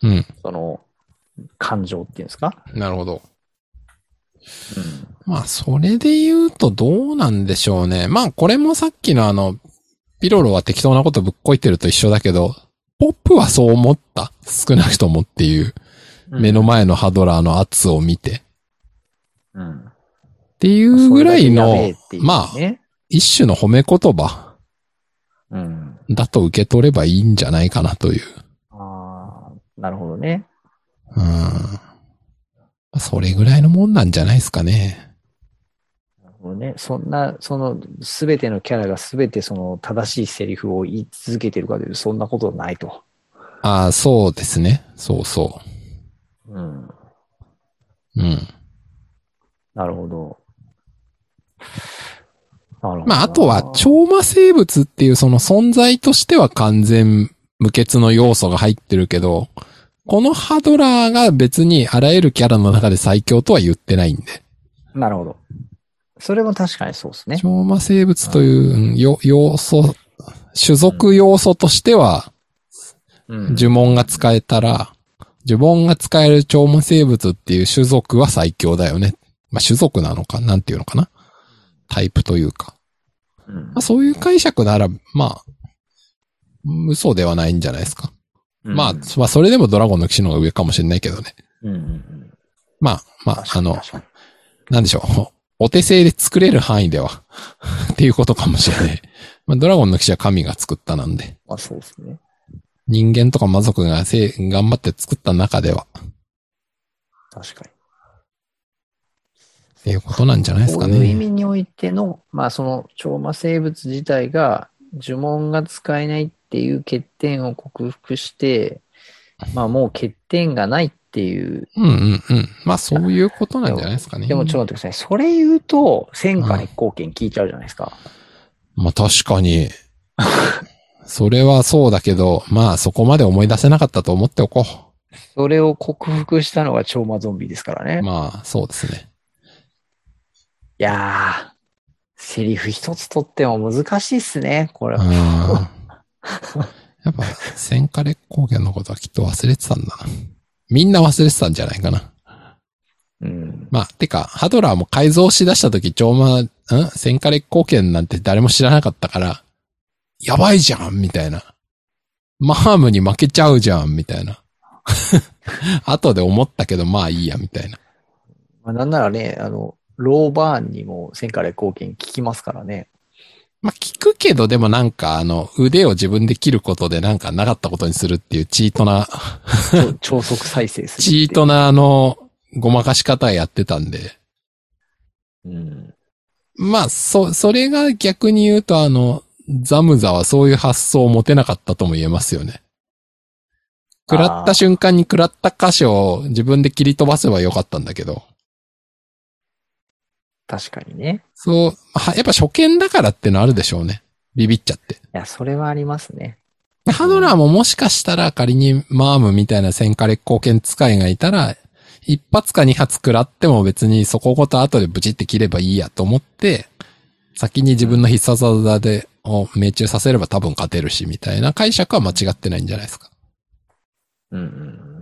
感情っていうんですか？ なるほど。 うん。 まあ、それで言うとどうなんでしょうね。まあ、これもさっきのピロロは適当なことぶっこいてると一緒だけど、ポップはそう思った。少なくともっていう。目の前のハドラーの圧を見て。 うん。 っていうぐらいの、まあ、一種の褒め言葉。 うん。 だと受け取ればいいんじゃないかなという。 ああ、なるほどね。 それぐらいのもんなんじゃないですかね。 なるほどね。すべてのキャラがすべて正しいセリフを言い続けてるかというと、そんなことはないと。 ああ、そうですね。そうそう。うん。 うん。 なるほど。 まあ、あとは、超魔生物っていうその存在としては完全無欠の要素が入ってるけど、このハドラーが別にあらゆるキャラの中で最強とは言ってないんで。 なるほど。それも確かにそうですね。 超魔生物という要素、種族要素としては、呪文が使えたら、呪文が使える超魔生物っていう種族は最強だよね。まあ、種族なのか、なんていうのかな。タイプというか。まあ、そういう解釈なら、まあ、嘘ではないんじゃないですか。まあ、それでもドラゴンの騎士の方が上かもしれないけどね。まあ、なんでしょう。お手製で作れる範囲ではっていうことかもしれない。まあ、ドラゴンの騎士は神が作ったなんで。 まあ、そうですね。 人間とか魔族が頑張って作った中では。 確かに。 っていうことなんじゃないですかね。 そういう意味においての、まあ超魔生物自体が呪文が使えないっていう欠点を克服して、まあもう欠点がないっていう。 まあそういうことなんじゃないですかね。 でもちょっと待ってください。それ言うと、戦火烈光剣聞いちゃうじゃないですか。 まあ確かに。それはそうだけど、まあそこまで思い出せなかったと思っておこう。 それを克服したのが超魔ゾンビですからね。 まあそうですね。 いやー、セリフ一つ取っても難しいっすね、これ。 やっぱ、戦火烈光剣のことはきっと忘れてたんだな。みんな忘れてたんじゃないかな。まあ、てか、ハドラーも改造しだしたとき、戦火烈光剣なんて誰も知らなかったから、やばいじゃんみたいな。マームに負けちゃうじゃんみたいな。後で思ったけど、まあいいや、みたいな。 まあ、なんならね、ローバーンにも戦火烈光剣効きますからね。 まあ、聞くけど、でもなんか、腕を自分で切ることでなんかなかったことにするっていうチートな超速再生する。 チートなごまかし方やってたんで。まあ、それが逆に言うとザムザはそういう発想を持てなかったとも言えますよね。食らった瞬間に食らった箇所を自分で切り飛ばせばよかったんだけど。 確かにね。 そう、やっぱ初見だからってのあるでしょうね。ビビっちゃって。 いや、それはありますね。 ハドラーももしかしたら仮にマームみたいな戦火烈光剣使いがいたら、一発か二発食らっても別にそこごと後でブチって切ればいいやと思って、先に自分の必殺技で、命中させれば多分勝てるし、みたいな解釈は間違ってないんじゃないですか。 うんうん。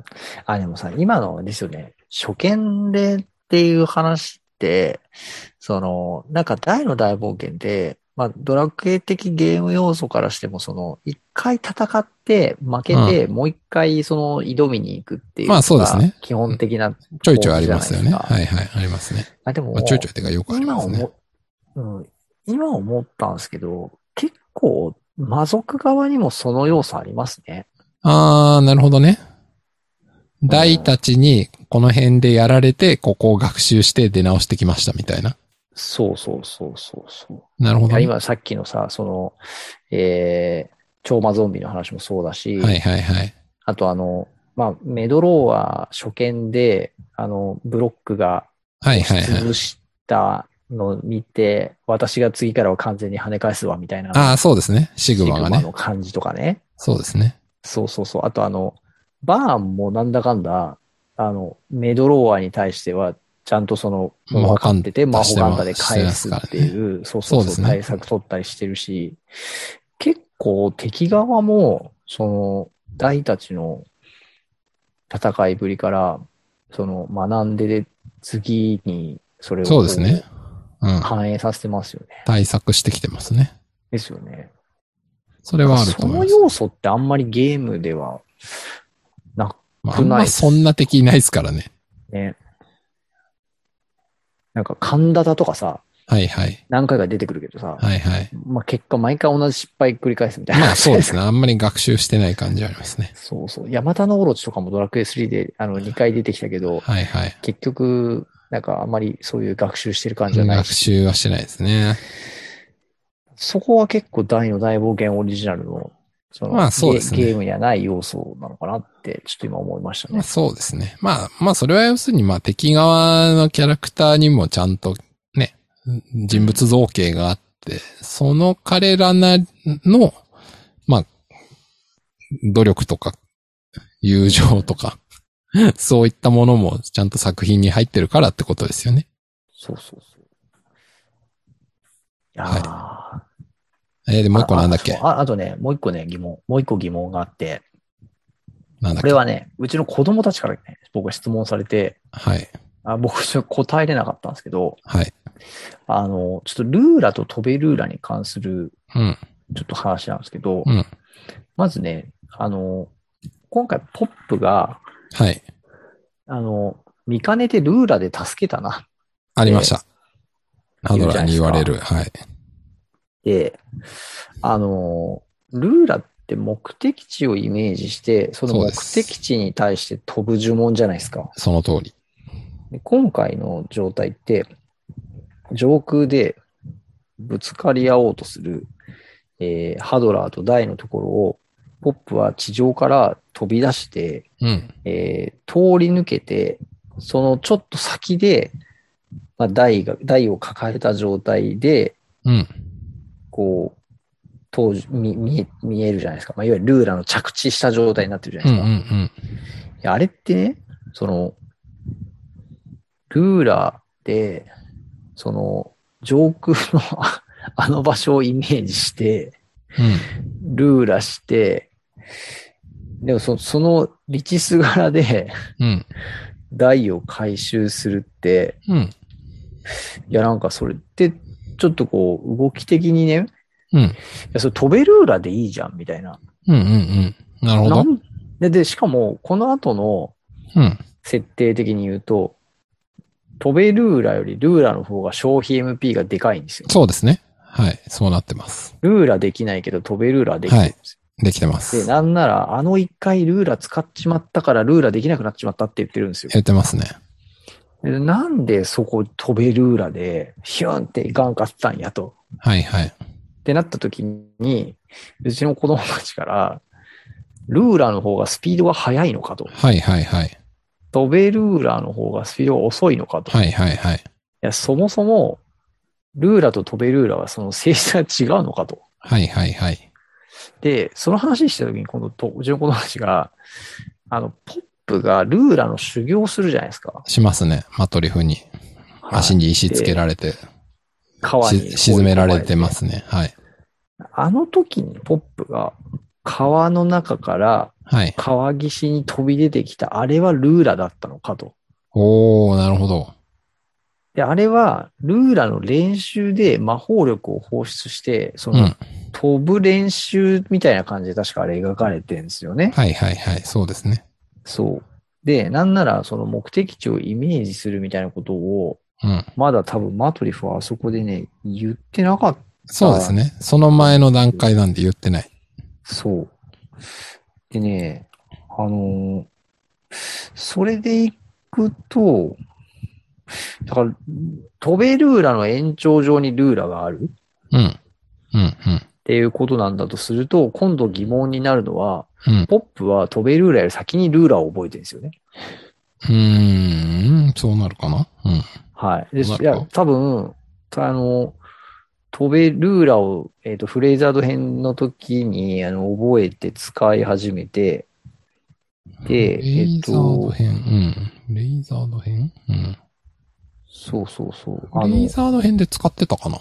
あ、でもさ、今のですよね。初見でっていう話って、なんか大の大冒険で、まあ、ドラクエ的ゲーム要素からしても、一回戦って負けて、もう一回挑みに行くっていうのが、 まあそうですね。 基本的な、 ちょいちょいありますよね。はいはい、ありますね。 あ、でも、 まあ、ちょいちょいってかよくありますね。 今思ったんですけど、結構、魔族側にもその要素ありますね。 あー、なるほどね。大たちにこの辺でやられて、ここを学習して出直してきましたみたいな。 そう。 なるほど、ね。 今さっきのさ、超魔ゾンビの話もそうだし、 はいはいはい。 あとまあ、メドローは初見で、ブロックが潰したのを見て、私が次からは完全に跳ね返すわ、みたいな。 ああ、そうですね。シグマがね。 シグマの感じとかね。 そうですね。 そう。あとバーンもなんだかんだ、メドローアに対しては、ちゃんと分かってて、魔法ガンタで返すっていう、そう対策取ったりしてるし、結構敵側も、大たちの戦いぶりから、学んで次にそれをそうですね。 反映させてますよね。 対策してきてますね。 ですよね。 それはあると思います。 その要素ってあんまりゲームではなくない。 あんまそんな敵いないですからね。 ね。なんか、神田だとかさ、 はいはい。 何回か出てくるけどさ、 はいはい。 まあ結果毎回同じ失敗繰り返すみたいな。 まあそうですね。あんまり学習してない感じありますね。 そう。ヤマタノオロチとかもドラクエ3で2回出てきたけど、 はいはい。 結局、なんかあんまりそういう学習してる感じじゃないし。 学習はしてないですね。 そこは結構大の大冒険オリジナルの、 まあそうですね。 ゲームにはない要素なのかなって、ちょっと今思いましたね。 まあそうですね。まあそれは要するに敵側のキャラクターにもちゃんとね、人物造形があって、その彼らの、まあ、努力とか、友情とか、そういったものもちゃんと作品に入ってるからってことですよね。 そう。いやー。 はい。で、もう一個なんだっけ？ あとね、もう一個疑問があって、 なんだっけ？ これはね、うちの子供たちからね、僕は質問されて、 はい。 僕ちょっと答えれなかったんですけど、 はい。 ちょっとルーラとトベルーラに関する、ちょっと話なんですけど、まずね、今回ポップが、 はい。 見かねてルーラで助けたな。 ありました。ハドラーに言われる。はい。 で、ルーラって目的地をイメージして、その目的地に対して飛ぶ呪文じゃないですか。 その通り。 で今回の状態って、上空でぶつかり合おうとする、ハドラーとダイのところを、ポップは地上から飛び出して、通り抜けて、そのちょっと先で、まあ、ダイを抱えた状態で、こう、見えるじゃないですか。まあ、いわゆるルーラの着地した状態になってるじゃないですか。いやあれってね、ルーラで、上空のあの場所をイメージして、ルーラして、でもその道すがらで、台を回収するって、いやなんかそれって、ちょっとこう、動き的にね、いやそれ飛べルーラでいいじゃん、みたいな。 なるほど。 で、しかも、この後の、設定的に言うと、飛べルーラよりルーラの方が消費 MP がでかいんですよ。 そうですね。はい。そうなってます。 ルーラできないけど飛べルーラできてるんですよ。 はい。できてます。 で、なんなら、一回ルーラ使っちまったからルーラできなくなっちまったって言ってるんですよ。 言ってますね。 でなんでそこ飛べルーラで、ヒュンっていかんかったんやと。 はいはい。 ってなった時に、うちの子供たちから、ルーラの方がスピードが速いのかと。 はいはいはい。 トベルーラの方がスピードが遅いのかと。 はいはいはい。 いや、そもそも、ルーラとトベルーラはその性質が違うのかと。 はいはいはい。 で、その話した時に今度うちの子供たちが、ポップがルーラの修行をするじゃないですか。 しますね。マトリフに。 はい、 足に石つけられて。 川に沈められてますね。はい。 あの時にポップが川の中から川岸に飛び出てきた、あれはルーラだったのかと。 おー、なるほど。 で、あれはルーラの練習で魔法力を放出して、飛ぶ練習みたいな感じで確かあれ描かれてるんですよね。 はいはいはい。そうですね。 そう。で、なんならその目的地をイメージするみたいなことを、まだ多分マトリフはあそこでね、言ってなかった。 そうですね。その前の段階なんで言ってない。 そう。でね、それでいくと、だから、トベルーラの延長上にルーラがあるっていうことなんだとすると、今度疑問になるのは、ポップはトベルーラより先にルーラを覚えてるんですよね。 そうなるかな。 はい。いや、多分、トベルーラを、フレイザード編の時に、覚えて使い始めて、で、 レイザード編、レイザード編そうそうそう。 レイザード編で使ってたかな。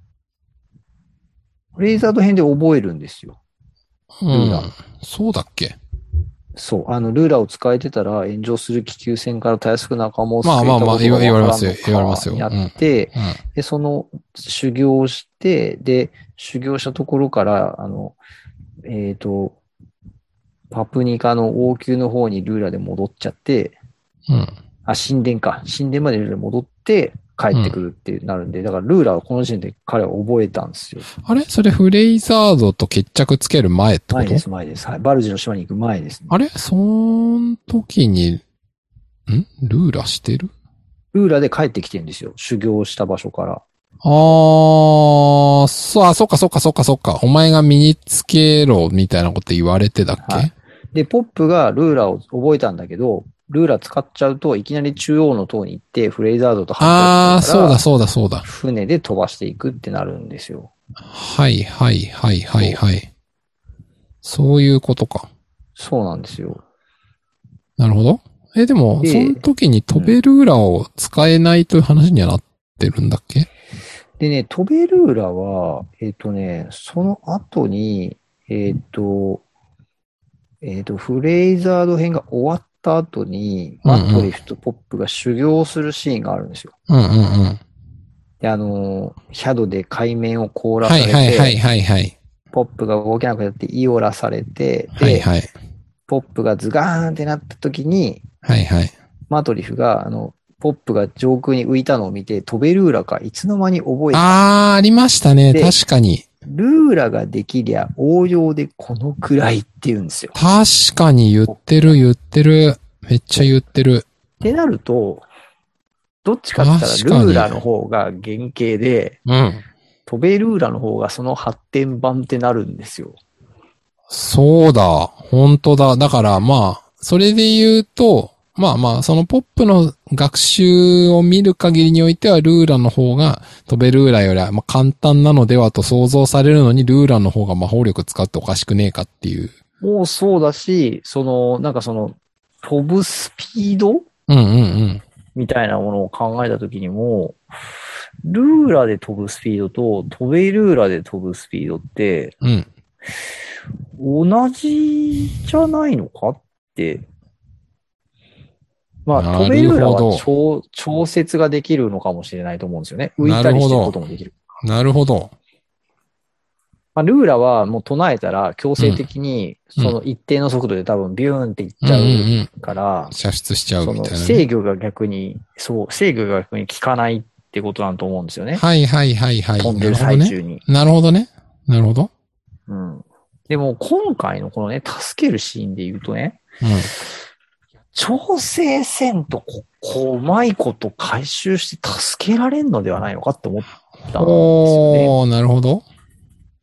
レイザード編で覚えるんですよ。ルーラ。 そうだっけ。 そう。ルーラを使えてたら炎上する気球船からたやすく仲間を救えたことが言われますよ。言われますよ。 やって、で、その修行をして、で、修行したところから、パプニカの王宮の方にルーラで戻っちゃって、神殿か。神殿までルーラで戻って帰ってくるってなるんで、だからルーラはこの時点で彼は覚えたんですよ。 あれそれフレイザードと決着つける前ってこと？ 前です。はい。バルジの島に行く前ですね。 あれその時に、ルーラしてる？ ルーラで帰ってきてるんですよ。修行した場所から。 そっか。お前が身につけろみたいなこと言われてだっけ？はい、 で、ポップがルーラを覚えたんだけど、ルーラ使っちゃうといきなり中央の塔に行ってフレイザードと反対するから。そうだ。 船で飛ばしていくってなるんですよ。 はい。そういうことか。 そうなんですよ。 なるほど。でも、その時にトベルーラを使えないという話にはなってるんだっけ？ でね、トベルーラは、その後に、フレイザード編が終わった後に、マトリフとポップが修行するシーンがあるんですよ。で、ヒャドで海面を凍らされて、 はい。 ポップが動けなくなってイオラされて、で、ポップがズガーンってなった時に、マトリフが、ポップが上空に浮いたのを見て、トベルーラかいつの間に覚えた。 ありましたね。確かに。 ルーラができりゃ応用でこのくらいって言うんですよ。 確かに言ってる。めっちゃ言ってる。 ってなると、どっちかって言ったらルーラの方が原型で、トベルーラの方がその発展版ってなるんですよ。 そうだ。本当だ。だからそれで言うと、そのポップの学習を見る限りにおいては、ルーラの方が、トベルーラよりは簡単なのではと想像されるのに、ルーラの方が魔法力使っておかしくねえかっていう。 もうそうだし、飛ぶスピードみたいなものを考えたときにも、ルーラで飛ぶスピードとトベルーラで飛ぶスピードって、同じじゃないのかって。トベルーラは調節ができるのかもしれないと思うんですよね。浮いたりしてることもできる。 なるほど。 ルーラはもう唱えたら強制的にその一定の速度で多分ビューンっていっちゃうから、 射出しちゃうみたいな、ね。 制御が逆に効かないってことなんと思うんですよね。 はい。飛んでる最中に。 なるほどね。 でも今回のこのね、助けるシーンで言うとね、調整せんとうまいこと回収して助けられんのではないのかって思ったんですよね。 なるほど。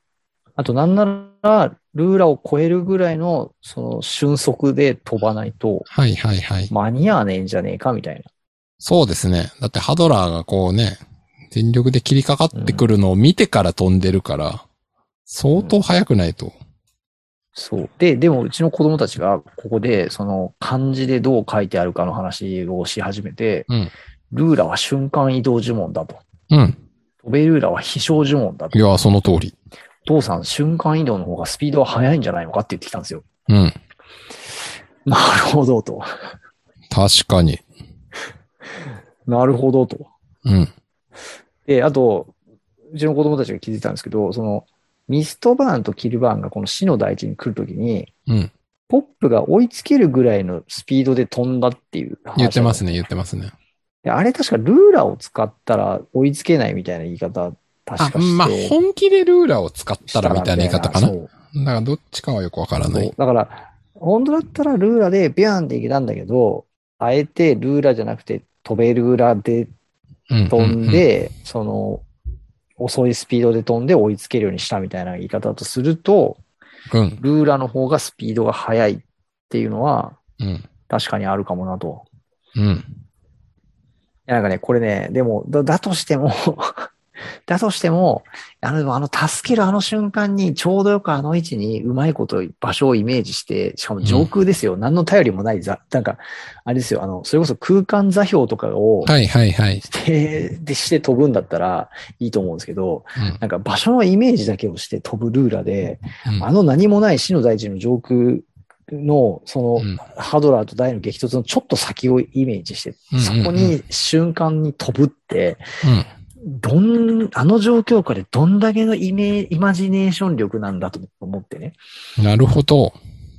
あとなんなら、ルーラを超えるぐらいの、その瞬速で飛ばないと、 はいはいはい。 間に合わねえんじゃねえかみたいな。 そうですね。だってハドラーがこうね、全力で切りかかってくるのを見てから飛んでるから、相当速くないと。 そう。でもうちの子供たちがここで、その漢字でどう書いてあるかの話をし始めて、 うん。 ルーラは瞬間移動呪文だと。 うん。 飛べルーラは飛翔呪文だと。 いや、その通り。 お父さん、瞬間移動の方がスピードは速いんじゃないのかって言ってきたんですよ。 うん。 なるほどと。 確かに。 なるほどと。 うん。 で、あと、うちの子供たちが気づいたんですけど、その、ミストバーンとキルバーンがこの死の大地に来るときに、 うん。 ポップが追いつけるぐらいのスピードで飛んだっていう話。 言ってますね、言ってますね。 であれ確かルーラを使ったら追いつけないみたいな言い方、確かして。 まあ、本気でルーラーを使ったらみたいな言い方かな。 そう。 だからどっちかはよくわからない。 だから、本当だったらルーラでビャーンっていけたんだけど、あえてルーラじゃなくて飛べルーラで飛んで、その、遅いスピードで飛んで追いつけるようにしたみたいな言い方だとすると、 うん。 ルーラの方がスピードが速いっていうのは、 うん。 確かにあるかもなと。 うん。 なんかね、これね、でも、だとしても助けるあの瞬間に、ちょうどよくあの位置にうまいこと場所をイメージして、しかも上空ですよ。何の頼りもないなんか、あれですよ、それこそ空間座標とかを、 はいはいはい。 して飛ぶんだったらいいと思うんですけど、 うん、 なんか場所のイメージだけをして飛ぶルーラで、 うん、 何もない死の大地の上空の、その、ハドラーとダイの激突のちょっと先をイメージして、そこに瞬間に飛ぶって、あの状況下でどんだけのイマジネーション力なんだと思ってね。 なるほど。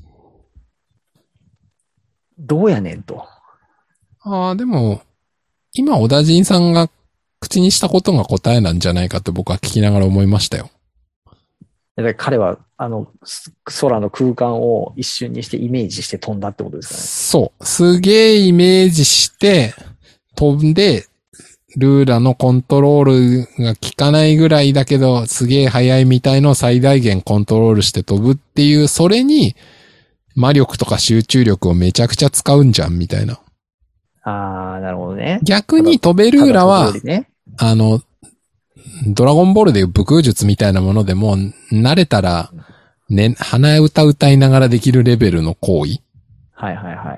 どうやねんと。 でも、今、小田人さんが口にしたことが答えなんじゃないかって僕は聞きながら思いましたよ。 だから彼は、空の空間を一瞬にしてイメージして飛んだってことですかね。 そう。すげえイメージして、飛んで、ルーラのコントロールが効かないぐらいだけど、すげえ速いみたいのを最大限コントロールして飛ぶっていう、それに、魔力とか集中力をめちゃくちゃ使うんじゃん、みたいな。 なるほどね。 逆に飛べルーラは、 ね、 ドラゴンボールでいう武空術みたいなものでも、慣れたら、ね、鼻歌歌いながらできるレベルの行為。 はいはいはい。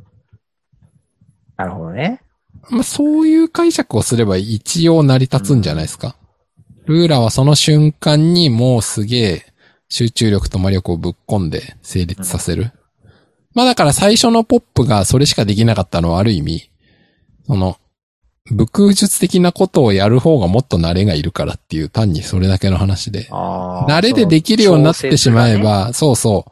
なるほどね。 まあ、そういう解釈をすれば一応成り立つんじゃないですか。ルーラはその瞬間にもうすげえ集中力と魔力をぶっ込んで成立させる。まあだから最初のポップがそれしかできなかったのはある意味、武空術的なことをやる方がもっと慣れがいるからっていう単にそれだけの話で。慣れでできるようになってしまえば、そうそう。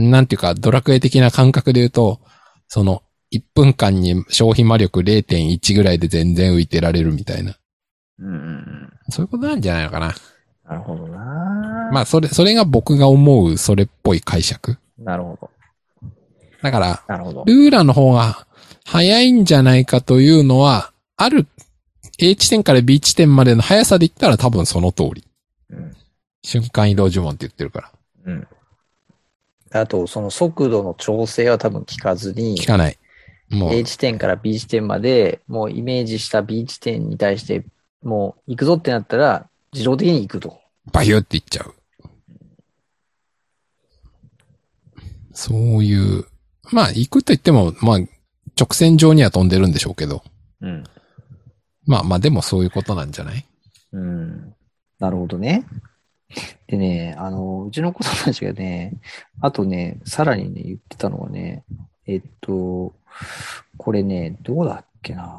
なんていうかドラクエ的な感覚で言うと、1分間に消費魔力 0.1 ぐらいで全然浮いてられるみたいな。そういうことなんじゃないのかな。 なるほどな。 まあ、それが僕が思うそれっぽい解釈。 なるほど。 だから、 なるほど。 ルーラの方が早いんじゃないかというのは、ある A 地点から B 地点までの速さで言ったら多分その通り。瞬間移動呪文って言ってるから。 あと、その速度の調整は多分効かずに。 効かない。もう。 A 地点から B 地点まで、もうイメージした B 地点に対して、もう行くぞってなったら、自動的に行くと。 バヒュって行っちゃう。そういう。まあ、行くと言っても、まあ、直線上には飛んでるんでしょうけど。まあまあ、でもそういうことなんじゃない？ なるほどね。でね、うちの子供たちがね、あとね、さらにね、言ってたのはね、これね、どうだっけな、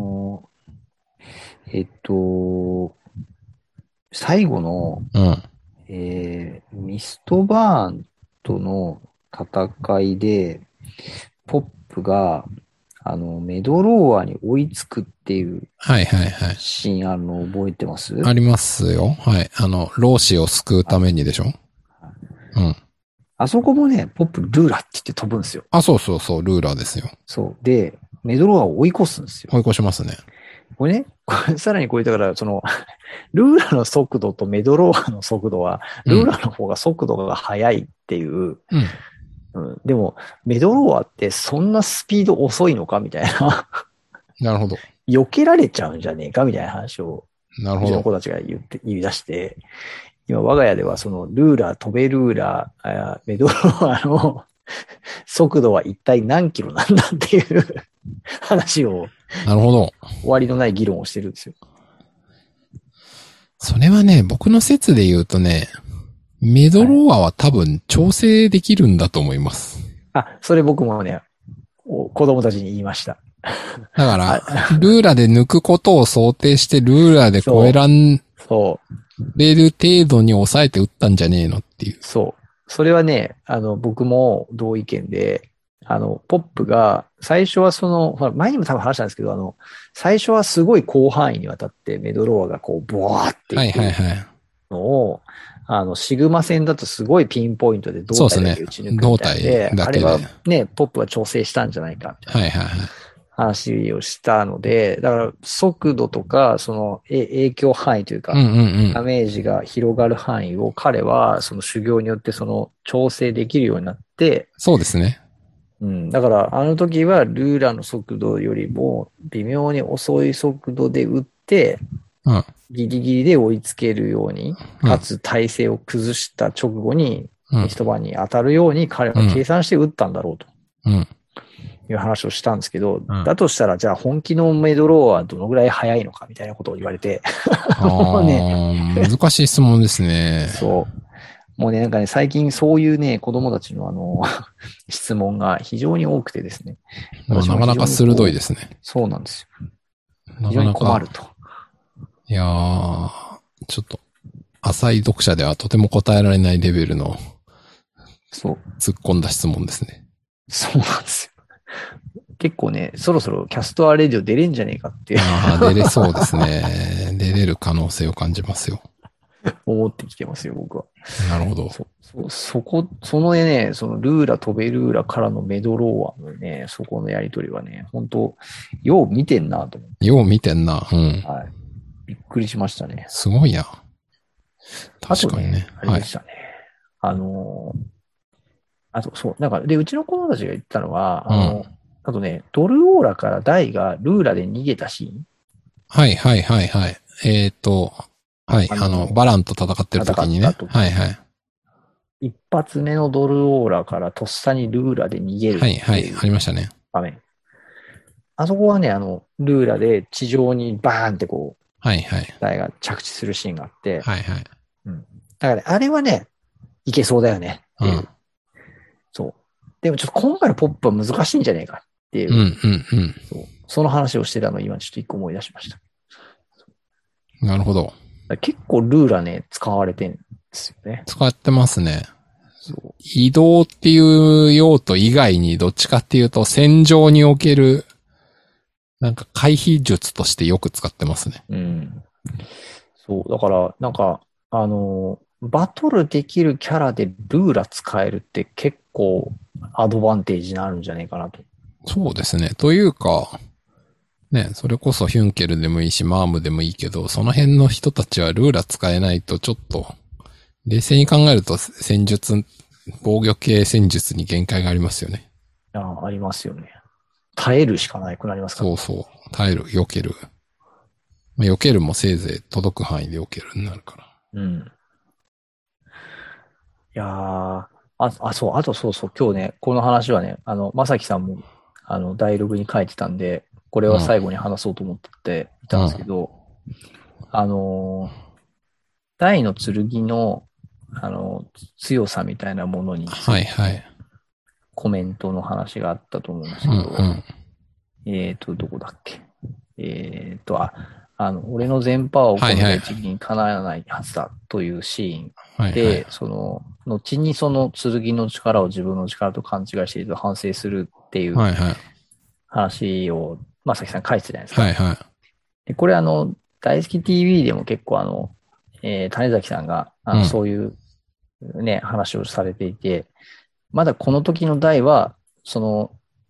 最後の、ミストバーンとの戦いで、ポップが、メドローアに追いつくっていう、 はいはいはい。 シーンあるの覚えてます？ ありますよ。はい。老子を救うためにでしょ？ あそこもね、ポップルーラって言って飛ぶんですよ。 そうそうそう、ルーラーですよ。 そう。で、メドローアを追い越すんですよ。 追い越しますね。 これね、さらにこれだから、ルーラの速度とメドローアの速度は、ルーラの方が速度が速いっていう、でも、メドローアってそんなスピード遅いのかみたいな。 なるほど。 避けられちゃうんじゃねえかみたいな話を、 なるほど。 うちの子たちが言い出して、今我が家ではルーラー、飛べルーラー、メドローアの速度は一体何キロなんだっていう話を、 なるほど。 終わりのない議論をしてるんですよ。 それはね、僕の説で言うとね、メドローアは多分調整できるんだと思います。 それ僕もね、子供たちに言いました。 だから、ルーラで抜くことを想定して、ルーラで超えらんれる程度に抑えて打ったんじゃねえのっていう。 そう。それはね、僕も同意見で、ポップが、最初はほら前にも多分話したんですけど、最初はすごい広範囲にわたってメドローアがこう、ボワーっていくのを、シグマ戦だとすごいピンポイントで胴体だけ打ち抜くみたいで、あれはね、ポップは調整したんじゃないかみたいな話をしたので、だから速度とか、影響範囲というか、ダメージが広がる範囲を彼は修行によって調整できるようになって、 そうですね。 だからあの時はルーラの速度よりも微妙に遅い速度で打って、ギリギリで追いつけるように、かつ体勢を崩した直後に、一晩に当たるように彼は計算して打ったんだろうと。いう話をしたんですけど、だとしたら、じゃあ本気のメドローはどのぐらい速いのかみたいなことを言われて。 難しい質問ですね。 そう。もうね、なんかね、最近そういうね、子供たちの質問が非常に多くてですね。 なかなか鋭いですね。 そうなんですよ。非常に困ると。 いやー、ちょっと、浅い読者ではとても答えられないレベルの、突っ込んだ質問ですね。 そうなんですよ。結構ね、そろそろキャストアレディオ出れんじゃねえかっていう。 出れそうですね。出れる可能性を感じますよ。 思ってきてますよ、僕は。 なるほど。 そのね、ルーラ飛べルーラからのメドローアのね、そこのやりとりはね、本当よう見てんなと思って。 よう見てんな。うん。 はい。びっくりしましたね。 すごいや。確かにね。 あれでしたね。そう、なんか、で、うちの子供たちが言ったのは、あとね、ドルオーラからダイがルーラで逃げたシーン。 はい。はい。バランと戦ってる時にね。はい。 一発目のドルオーラからとっさにルーラで逃げる。 はい。ありましたね。 場面。あそこはね、ルーラで地上にバーンってこう、ダイが着地するシーンがあって。だから、あれはね、いけそうだよね。っていう。そう。でもちょっと今回のポップは難しいんじゃねえかっていう。その話をしてたのを今ちょっと一個思い出しました。 なるほど。 結構ルーラね、使われてるんですよね。 使ってますね。移動っていう用途以外にどっちかっていうと戦場におけるなんか回避術としてよく使ってますね。 そう。だから、なんか、バトルできるキャラでルーラ使えるって結構アドバンテージになるんじゃないかなと。 そうですね。というか、ね、それこそヒュンケルでもいいし、マームでもいいけど、その辺の人たちはルーラ使えないとちょっと、冷静に考えると戦術、防御系戦術に限界がありますよね。 ありますよね。耐えるしかないくなりますから、ね。 そう。耐える、避ける。避けるもせいぜい届く範囲で避けるになるから。 いやー、あとそう、今日ね、この話はね、まさきさんも、ダイログに書いてたんで、これは最後に話そうと思っていたんですけど、大の剣の、強さみたいなものに、コメントの話があったと思うんですけど、どこだっけ俺の全パワーをこの一撃にかなわないはずだというシーンで、後にその剣の力を自分の力と勘違いしていると反省するっていう話を、まさきさん書いてたじゃないですか。でこれ大好き TV でも結構種崎さんが、そういうね、話をされていて、まだこの時の代は、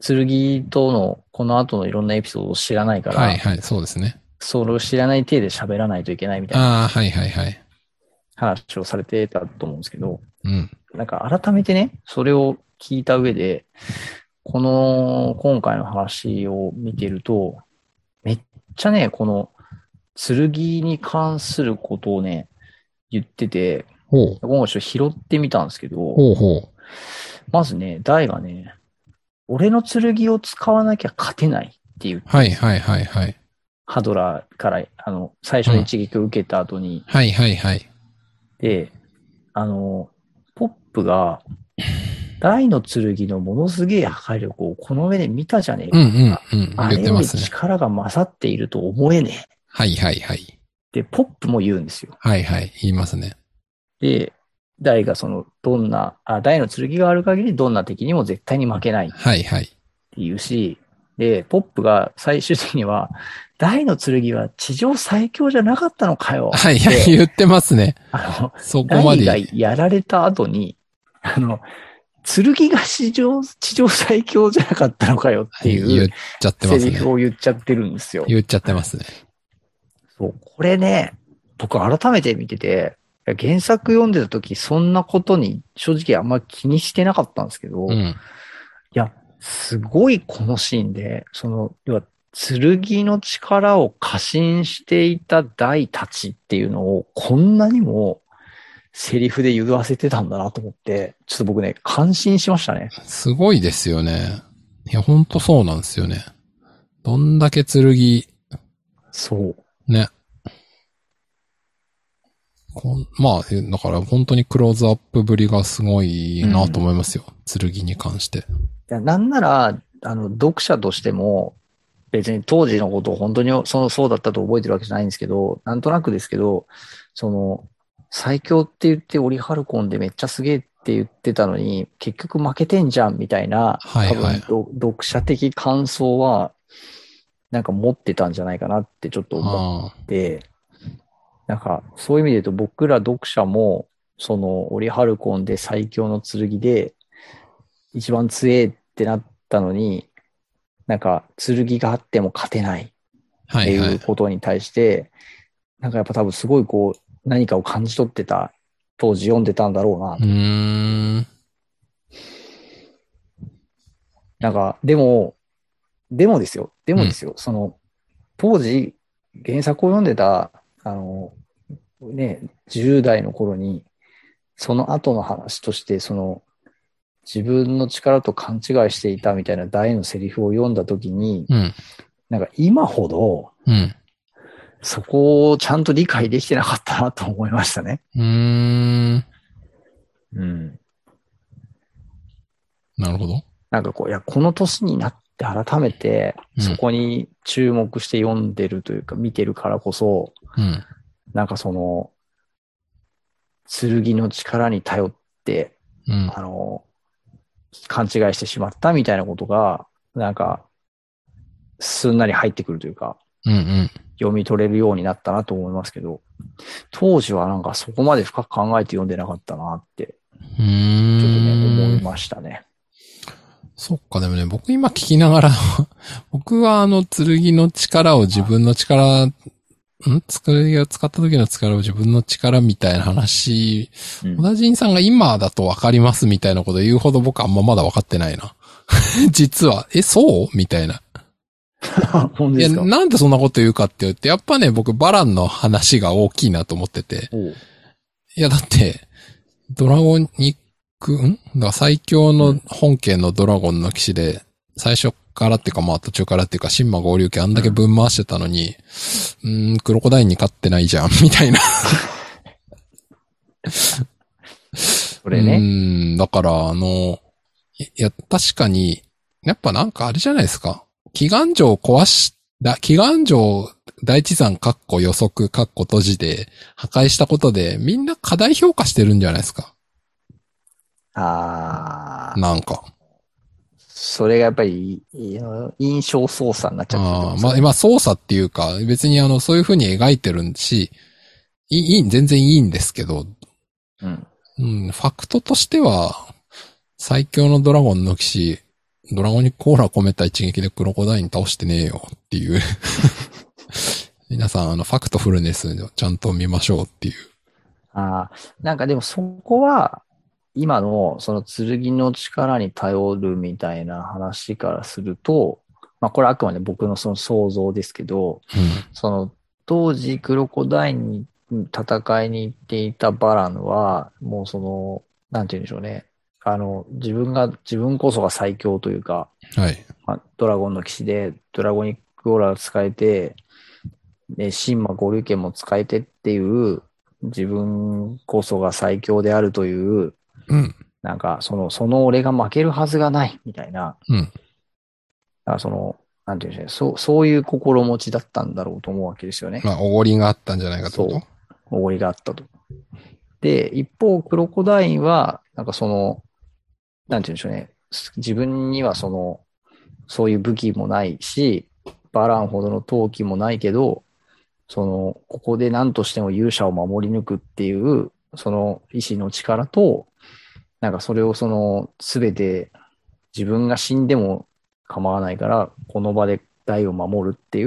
剣とのこの後のいろんなエピソードを知らないから、 はいはい、そうですね。 それを知らない体で喋らないといけないみたいなああ、はいはいはい。 話をされてたと思うんですけど、 うん。 なんか改めてね、それを聞いた上で、今回の話を見てると、めっちゃね、この剣に関することをね、言ってて、 ほう。 今回ちょっと拾ってみたんですけど、 ほうほう。 まずね、ダイがね、俺の剣を使わなきゃ勝てないって言ってるんですよ。 はいはいはいはい。 ハドラーから、最初の一撃を受けた後に、 はいはいはい。 で、ポップが、大の剣のものすげえ破壊力をこの目で見たじゃねえか。 うんうんうん。言っあれよりてますね。 力が勝っていると思えねえ。 はいはいはい。 で、ポップも言うんですよ。 はいはい。言いますね。 で、大が大の剣がある限りどんな敵にも絶対に負けないっはいはい。 ていうし、で、ポップが最終的には、大の剣は地上最強じゃなかったのかよ。 はいはい。言ってますね。そこま大がで。 やられた後に、剣が地上最強じゃなかったのかよってい言っうちゃってますね。 セリフを言っちゃってるんですよ。 言っちゃってますね。 そう、これね、僕改めて見てて、原作読んでた時そんなことに正直あんま気にしてなかったんですけど、いうん。 や、すごいこのシーンで、要は、剣の力を過信していた大たちっていうのをこんなにもセリフで言わせてたんだなと思って、ちょっと僕ね、感心しましたね。 すごいですよね。いや、ほんとそうなんですよね。どんだけ剣、 そう。 ね。まあ、だから本当にクローズアップぶりがすごいなと思いますよ。剣に関して。 いや、なんなら、読者としても、別に当時のことを本当にそうだったと覚えてるわけじゃないんですけど、なんとなくですけど、最強って言ってオリハルコンでめっちゃすげえって言ってたのに、結局負けてんじゃんみたいな、多分はいはい。 読者的感想は、なんか持ってたんじゃないかなってちょっと思あって、なんかそういう意味で言うと僕ら読者も、オリハルコンで最強の剣で、一番強えってなったのに、なんか剣があっても勝てないっあ。はていいはい。 うことに対して、なんかやっぱ多分すごい何かを感じ取ってた、当時読んでたんだろうなうと。 ーん。 なんか、でもですよ。でうん。 もですよ。当時、原作を読んでた、10代の頃に、その後の話として、自分の力と勘違いしていたみたいな大のセリフを読んだ時に、 うん。 なんか今ほど、 うん。 そこをちゃんと理解できてなかったなと思いましたね。 うーん。 うん。 なるほど。 なんかいや、この年になって改めて、そうん。 こに注目して読んでるというか、見てるからこそ、 うん。 なんか剣の力に頼って、 うん。 あの、勘違いしてしまったみたいなことが、なんか、すんなり入ってくるというか、 うんうん。 読み取れるようになったなと思いますけど、当時はなんかそこまで深く考えて読んでなかったなって、 うーちょっとね、思いん。 ましたね。 そっか、でもね、僕今聞きながら僕は剣の力を自分の力、剣を使った時の力を自分の力みたいな話、 うん。 小田人さんが今だと分かりますみたいなこと言うほど僕あんままだ分かってないな。実は、そうみたいな。いや、 本当ですか？ なんでそんなこと言うかって言って、やっぱね、僕バランの話が大きいなと思ってて。 おう。 いや、だって、ドラゴニック、だから最強の本家のドラゴンの騎士で、最初からっていうかまあ途中からっていうか、シンマ合流家あんだけ分回してたのに、クロコダインに勝ってないじゃん、みたいな。 それね。 だからいや、確かに、やっぱなんかあれじゃないですか。祈願城を祈願城大地山予測閉じで破壊したことでみんな過大評価してるんじゃないですか。 ああ、 なんか。 それがやっぱり、印象操作になっちゃってるってことですかね。 まあ操作っていうか、別にそういう風に描いてるし、全然いいんですけど、 うん。 ファクトとしては、最強のドラゴンの騎士ドラゴニックオーラ込めた一撃でクロコダイン倒してねえよっていう。皆さん、ファクトフルネスをちゃんと見ましょうっていう。 ああ、なんかでもそこは、今のその剣の力に頼るみたいな話からすると、まあこれあくまで僕のその想像ですけど、その当時クロコダインに戦いに行っていたバランは、もうその、なんて言うんでしょうね。自分こそが最強というか、 はい。 まあ、ドラゴンの騎士でドラゴニックオーラを使えて、で、神魔ゴリュケンも使えてっていう、自分こそが最強であるという、 うん。 なんか、その俺が負けるはずがない、みたいな、 うん。 なんていうんでしょうね、そういう心持ちだったんだろうと思うわけですよね。 まあ、おごりがあったんじゃないかってこと？ そう。おごりがあったと。で、一方、クロコダインは、なんかなんていうんでしょうね、自分にはそういう武器もないし、バランほどの闘気もないけど、ここで何としても勇者を守り抜くっていう、その意志の力と、なんかそれをすべて自分が死んでも構わないから、この場で大を守るっていう、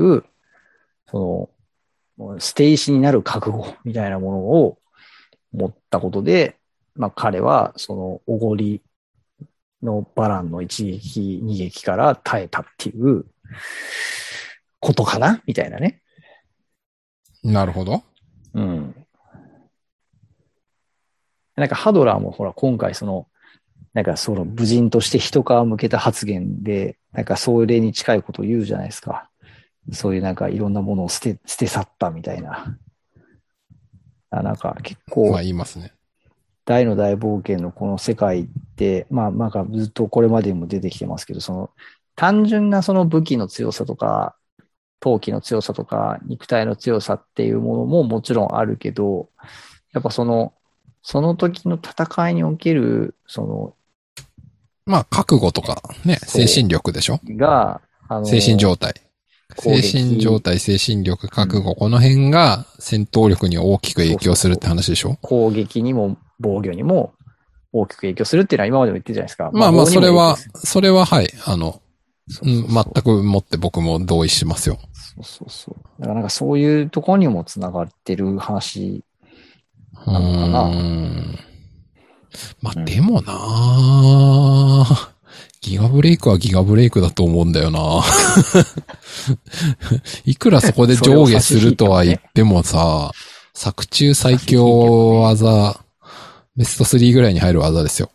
捨て石になる覚悟みたいなものを持ったことで、まあ彼は、おごりのバランの一撃、二撃から耐えたっていうことかなみたいなね。 なるほど。 うん。なんかハドラーもほら、今回なんか武人として一皮向けた発言で、なんかそれに近いことを言うじゃないですか。そういうなんかいろんなものを捨て去ったみたいな。なんか結構、 まあ言いますね。 大の大冒険のこの世界って、まあなんかずっとこれまでにも出てきてますけど、単純なその武器の強さとか、闘気の強さとか、肉体の強さっていうものももちろんあるけど、やっぱその時の戦いにおける、 まあ、覚悟とかね、精神力でしょ？ が、 精神状態。精神状態、精神力、覚悟、この辺が戦闘力に大きく影響するって話でしょ？ 攻撃にも防御にも大きく影響するっていうのは今までも言ってるじゃないですか。 まあまあ、それは、はい、 そうそうそう全くもって僕も同意しますよ。 そうそう。だからなんかそういうところにもつながってる話なのかな。 まあ、でもなぁ、ギガブレイクはギガブレイクだと思うんだよないくらそこで上下するとは言ってもさ、作中最強技、ベスト3ぐらいに入る技ですよ。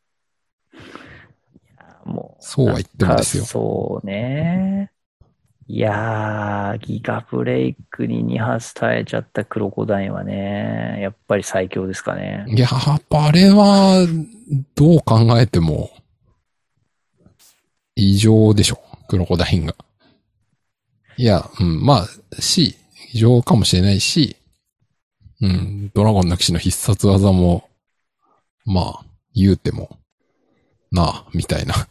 もうそうは言ってもですよ。 そうね。いやー、ギガブレイクに2発耐えちゃったクロコダインはね、やっぱり最強ですかね。 いや、やっぱあれは、どう考えても、異常でしょ。クロコダインが。いや、まあ、異常かもしれないし、ドラゴンの騎士の必殺技も、まあ、言うても、なあ、みたいな。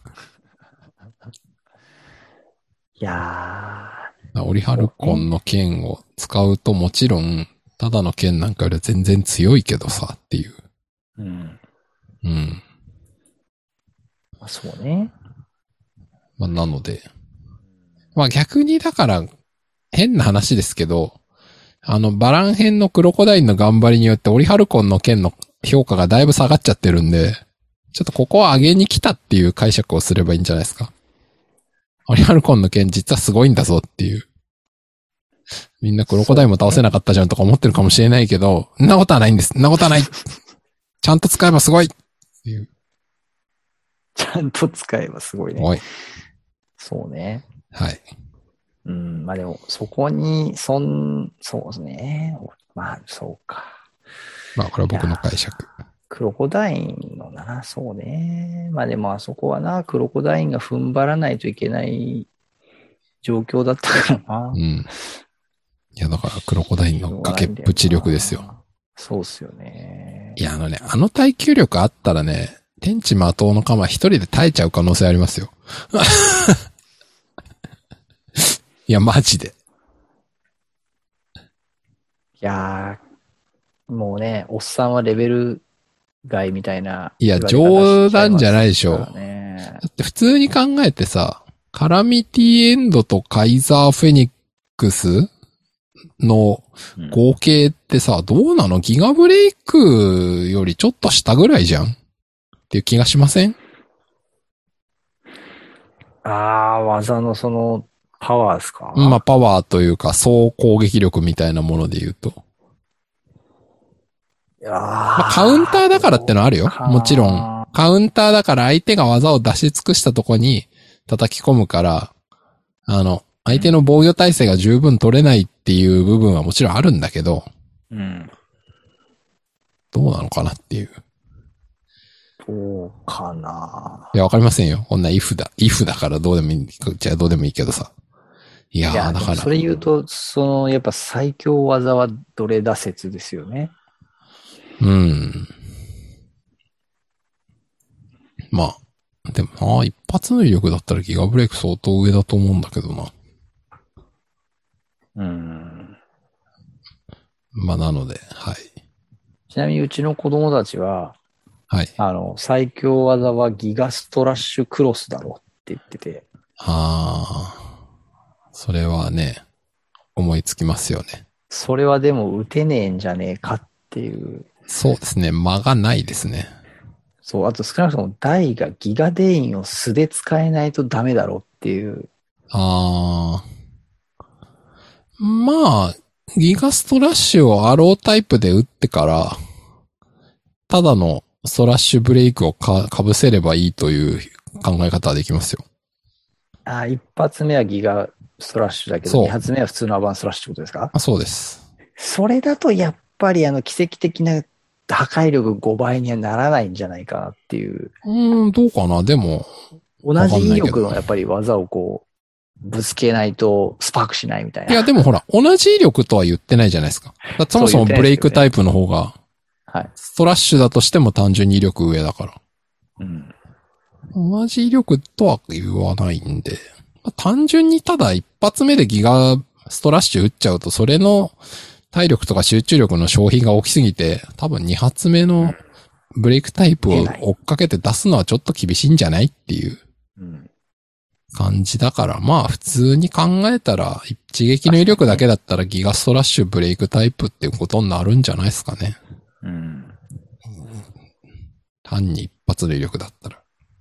いやオリハルコンの剣を使うともちろん、ただの剣なんかよりは全然強いけどさ、っていう。 うん。 うん。 まあ、そうね。 まあ、なので。まあ逆にだから、変な話ですけど、バラン編のクロコダインの頑張りによってオリハルコンの剣の評価がだいぶ下がっちゃってるんで、ちょっとここは上げに来たっていう解釈をすればいいんじゃないですか。オリハルコンの剣実はすごいんだぞっていう。みんなクロコダインも倒せなかったじゃんとか思ってるかもしれないけど、そんなことはないんです。そんなことはない。ちゃんと使えばすごいっていう。 ちゃんと使えばすごいね。 おい。 そうね。 はい。 うん、まあでも、そこに、そうですね。まあ、そうか。 まあこれは僕の解釈。 クロコダインのな、そうね。まあでもあそこはな、クロコダインが踏ん張らないといけない状況だったからな。 うん。いやだからクロコダインの崖っぷち力ですよ。 そうっすよね。 いやあの耐久力あったらね、天地魔党の鎌一人で耐えちゃう可能性ありますよ。いや、マジで。 いやー、もうね、おっさんはレベル外みたいな、 いや、冗談じゃないでしょ。 ね。 だって普通に考えてさ、カラミティエンドとカイザーフェニックスの合計ってさ、どうなの？ギガブレイクよりちょっと下ぐらいじゃんっていう気がしません？ 技のその、パワーですか？ まあ、パワーというか、総攻撃力みたいなもので言うと。まあ、カウンターだからってのあるよ。もちろん。カウンターだから相手が技を出し尽くしたとこに叩き込むから、相手の防御体制が十分取れないっていう部分はもちろんあるんだけど、 うん。 どうなのかなっていう。 どうかな。 いや、わかりませんよ。こんなifだからどうでもいい、じゃあどうでもいいけどさ。いやー、だから。 それ言うと、やっぱ最強技はどれだ説ですよね。 うん。まあ、でも一発の威力だったらギガブレイク相当上だと思うんだけどな。まあ、なので、はい。 ちなみにうちの子供たちは、 はい。 最強技はギガストラッシュクロスだろって言ってて。 それはね、思いつきますよね。 それはでも打てねえんじゃねえかっていう。 そうですね。間がないですね。 そう、あと少なくとも台がギガデインを素で使えないとダメだろっていう。 まあ、ギガストラッシュをアロータイプで打ってから、ただのストラッシュブレイクをかぶせればいいという考え方はできますよ。 一発目はギガストラッシュだけど、二発目は普通のアバンストラッシュってことですか？ そうです。 それだとやっぱり奇跡的な破壊力5倍にはならないんじゃないかなっていう。 どうかな？でも。 同じ威力のやっぱり技をこう、ぶつけないとスパークしないみたいな。 いやでもほら、同じ威力とは言ってないじゃないですか。そもそもブレイクタイプの方が、 はい。 ストラッシュだとしても単純に威力上だから。 うん。 同じ威力とは言わないんで。単純にただ一発目でギガストラッシュ打っちゃうと、それの体力とか集中力の消費が大きすぎて、多分二発目のブレイクタイプを追っかけて出すのはちょっと厳しいんじゃないっていう感じだから、まあ普通に考えたら、一撃の威力だけだったらギガストラッシュブレイクタイプっていうことになるんじゃないですかね。単に一発の威力だったら。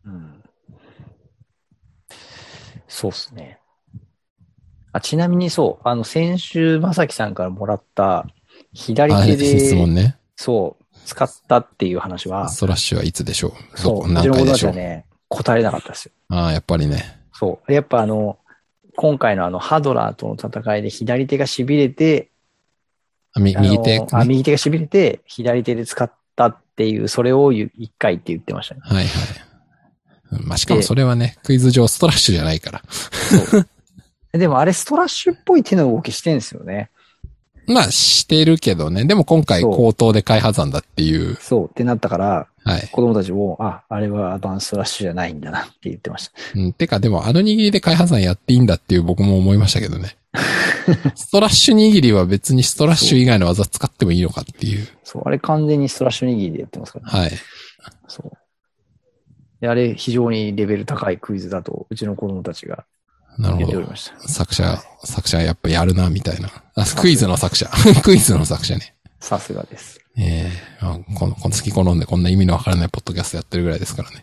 そうっすね。ちなみにそう、先週まさきさんからもらった左手で、 質問ね。 そう、使ったっていう話は、 ストラッシュはいつでしょう？ そう、何回でしょう？ね、答えれなかったですよ。 やっぱりね。 そう。やっぱ今回のハドラーとの戦いで左手が痺れて、 右手、 右手が痺れて、左手で使ったっていう、それを一回って言ってましたね。 はいはい。まあ、しかもそれはね、クイズ上ストラッシュじゃないから。 そう。でもあれストラッシュっぽい手の動きしてんですよね。 まあ、してるけどね。でも今回口頭で開発案だっていう。 そうってなったから、 はい。 子供たちも、あれはアドバンストラッシュじゃないんだなって言ってました。 てかでも握りで開発案やっていいんだっていう僕も思いましたけどね。ストラッシュ握りは別にストラッシュ以外の技使ってもいいのかっていう。 そう、あれ完全にストラッシュ握りでやってますからね。はい。 そう。で、あれ非常にレベル高いクイズだと、うちの子供たちが言っておりました。 作者やっぱやるな、みたいな。クイズの作者。クイズの作者ね。 さすがです。 この好き好んでこんな意味のわからないポッドキャストやってるぐらいですからね。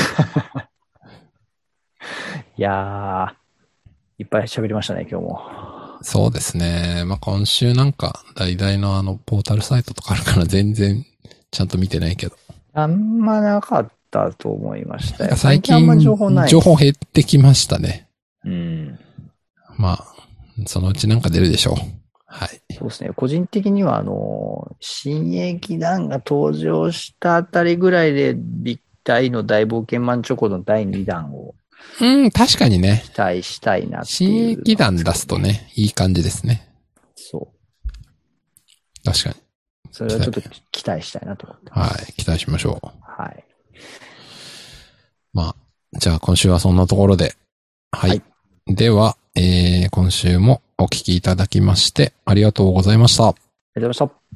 いやー、いっぱい喋りましたね、今日も。 そうですね。まあ、今週なんか、大々のポータルサイトとかあるから全然ちゃんと見てないけど。 あんまなかったと思いましたよ。 最近、情報減ってきましたね。まあ、そのうちなんか出るでしょう。はい。 そうですね。個人的には、新劇団が登場したあたりぐらいで、ビッ大の大冒険マンチョコの第2弾を。 確かにね。 期待したいなっていう。 新劇団出すとね、いい感じですね。 そう。 確かに。 それはちょっと期待したいなと思ってます。 はい。期待しましょう。 はい。 まあ、じゃあ今週はそんなところで。はい。はい、では、今週もお聞きいただきましてありがとうございました。ありがとうございました。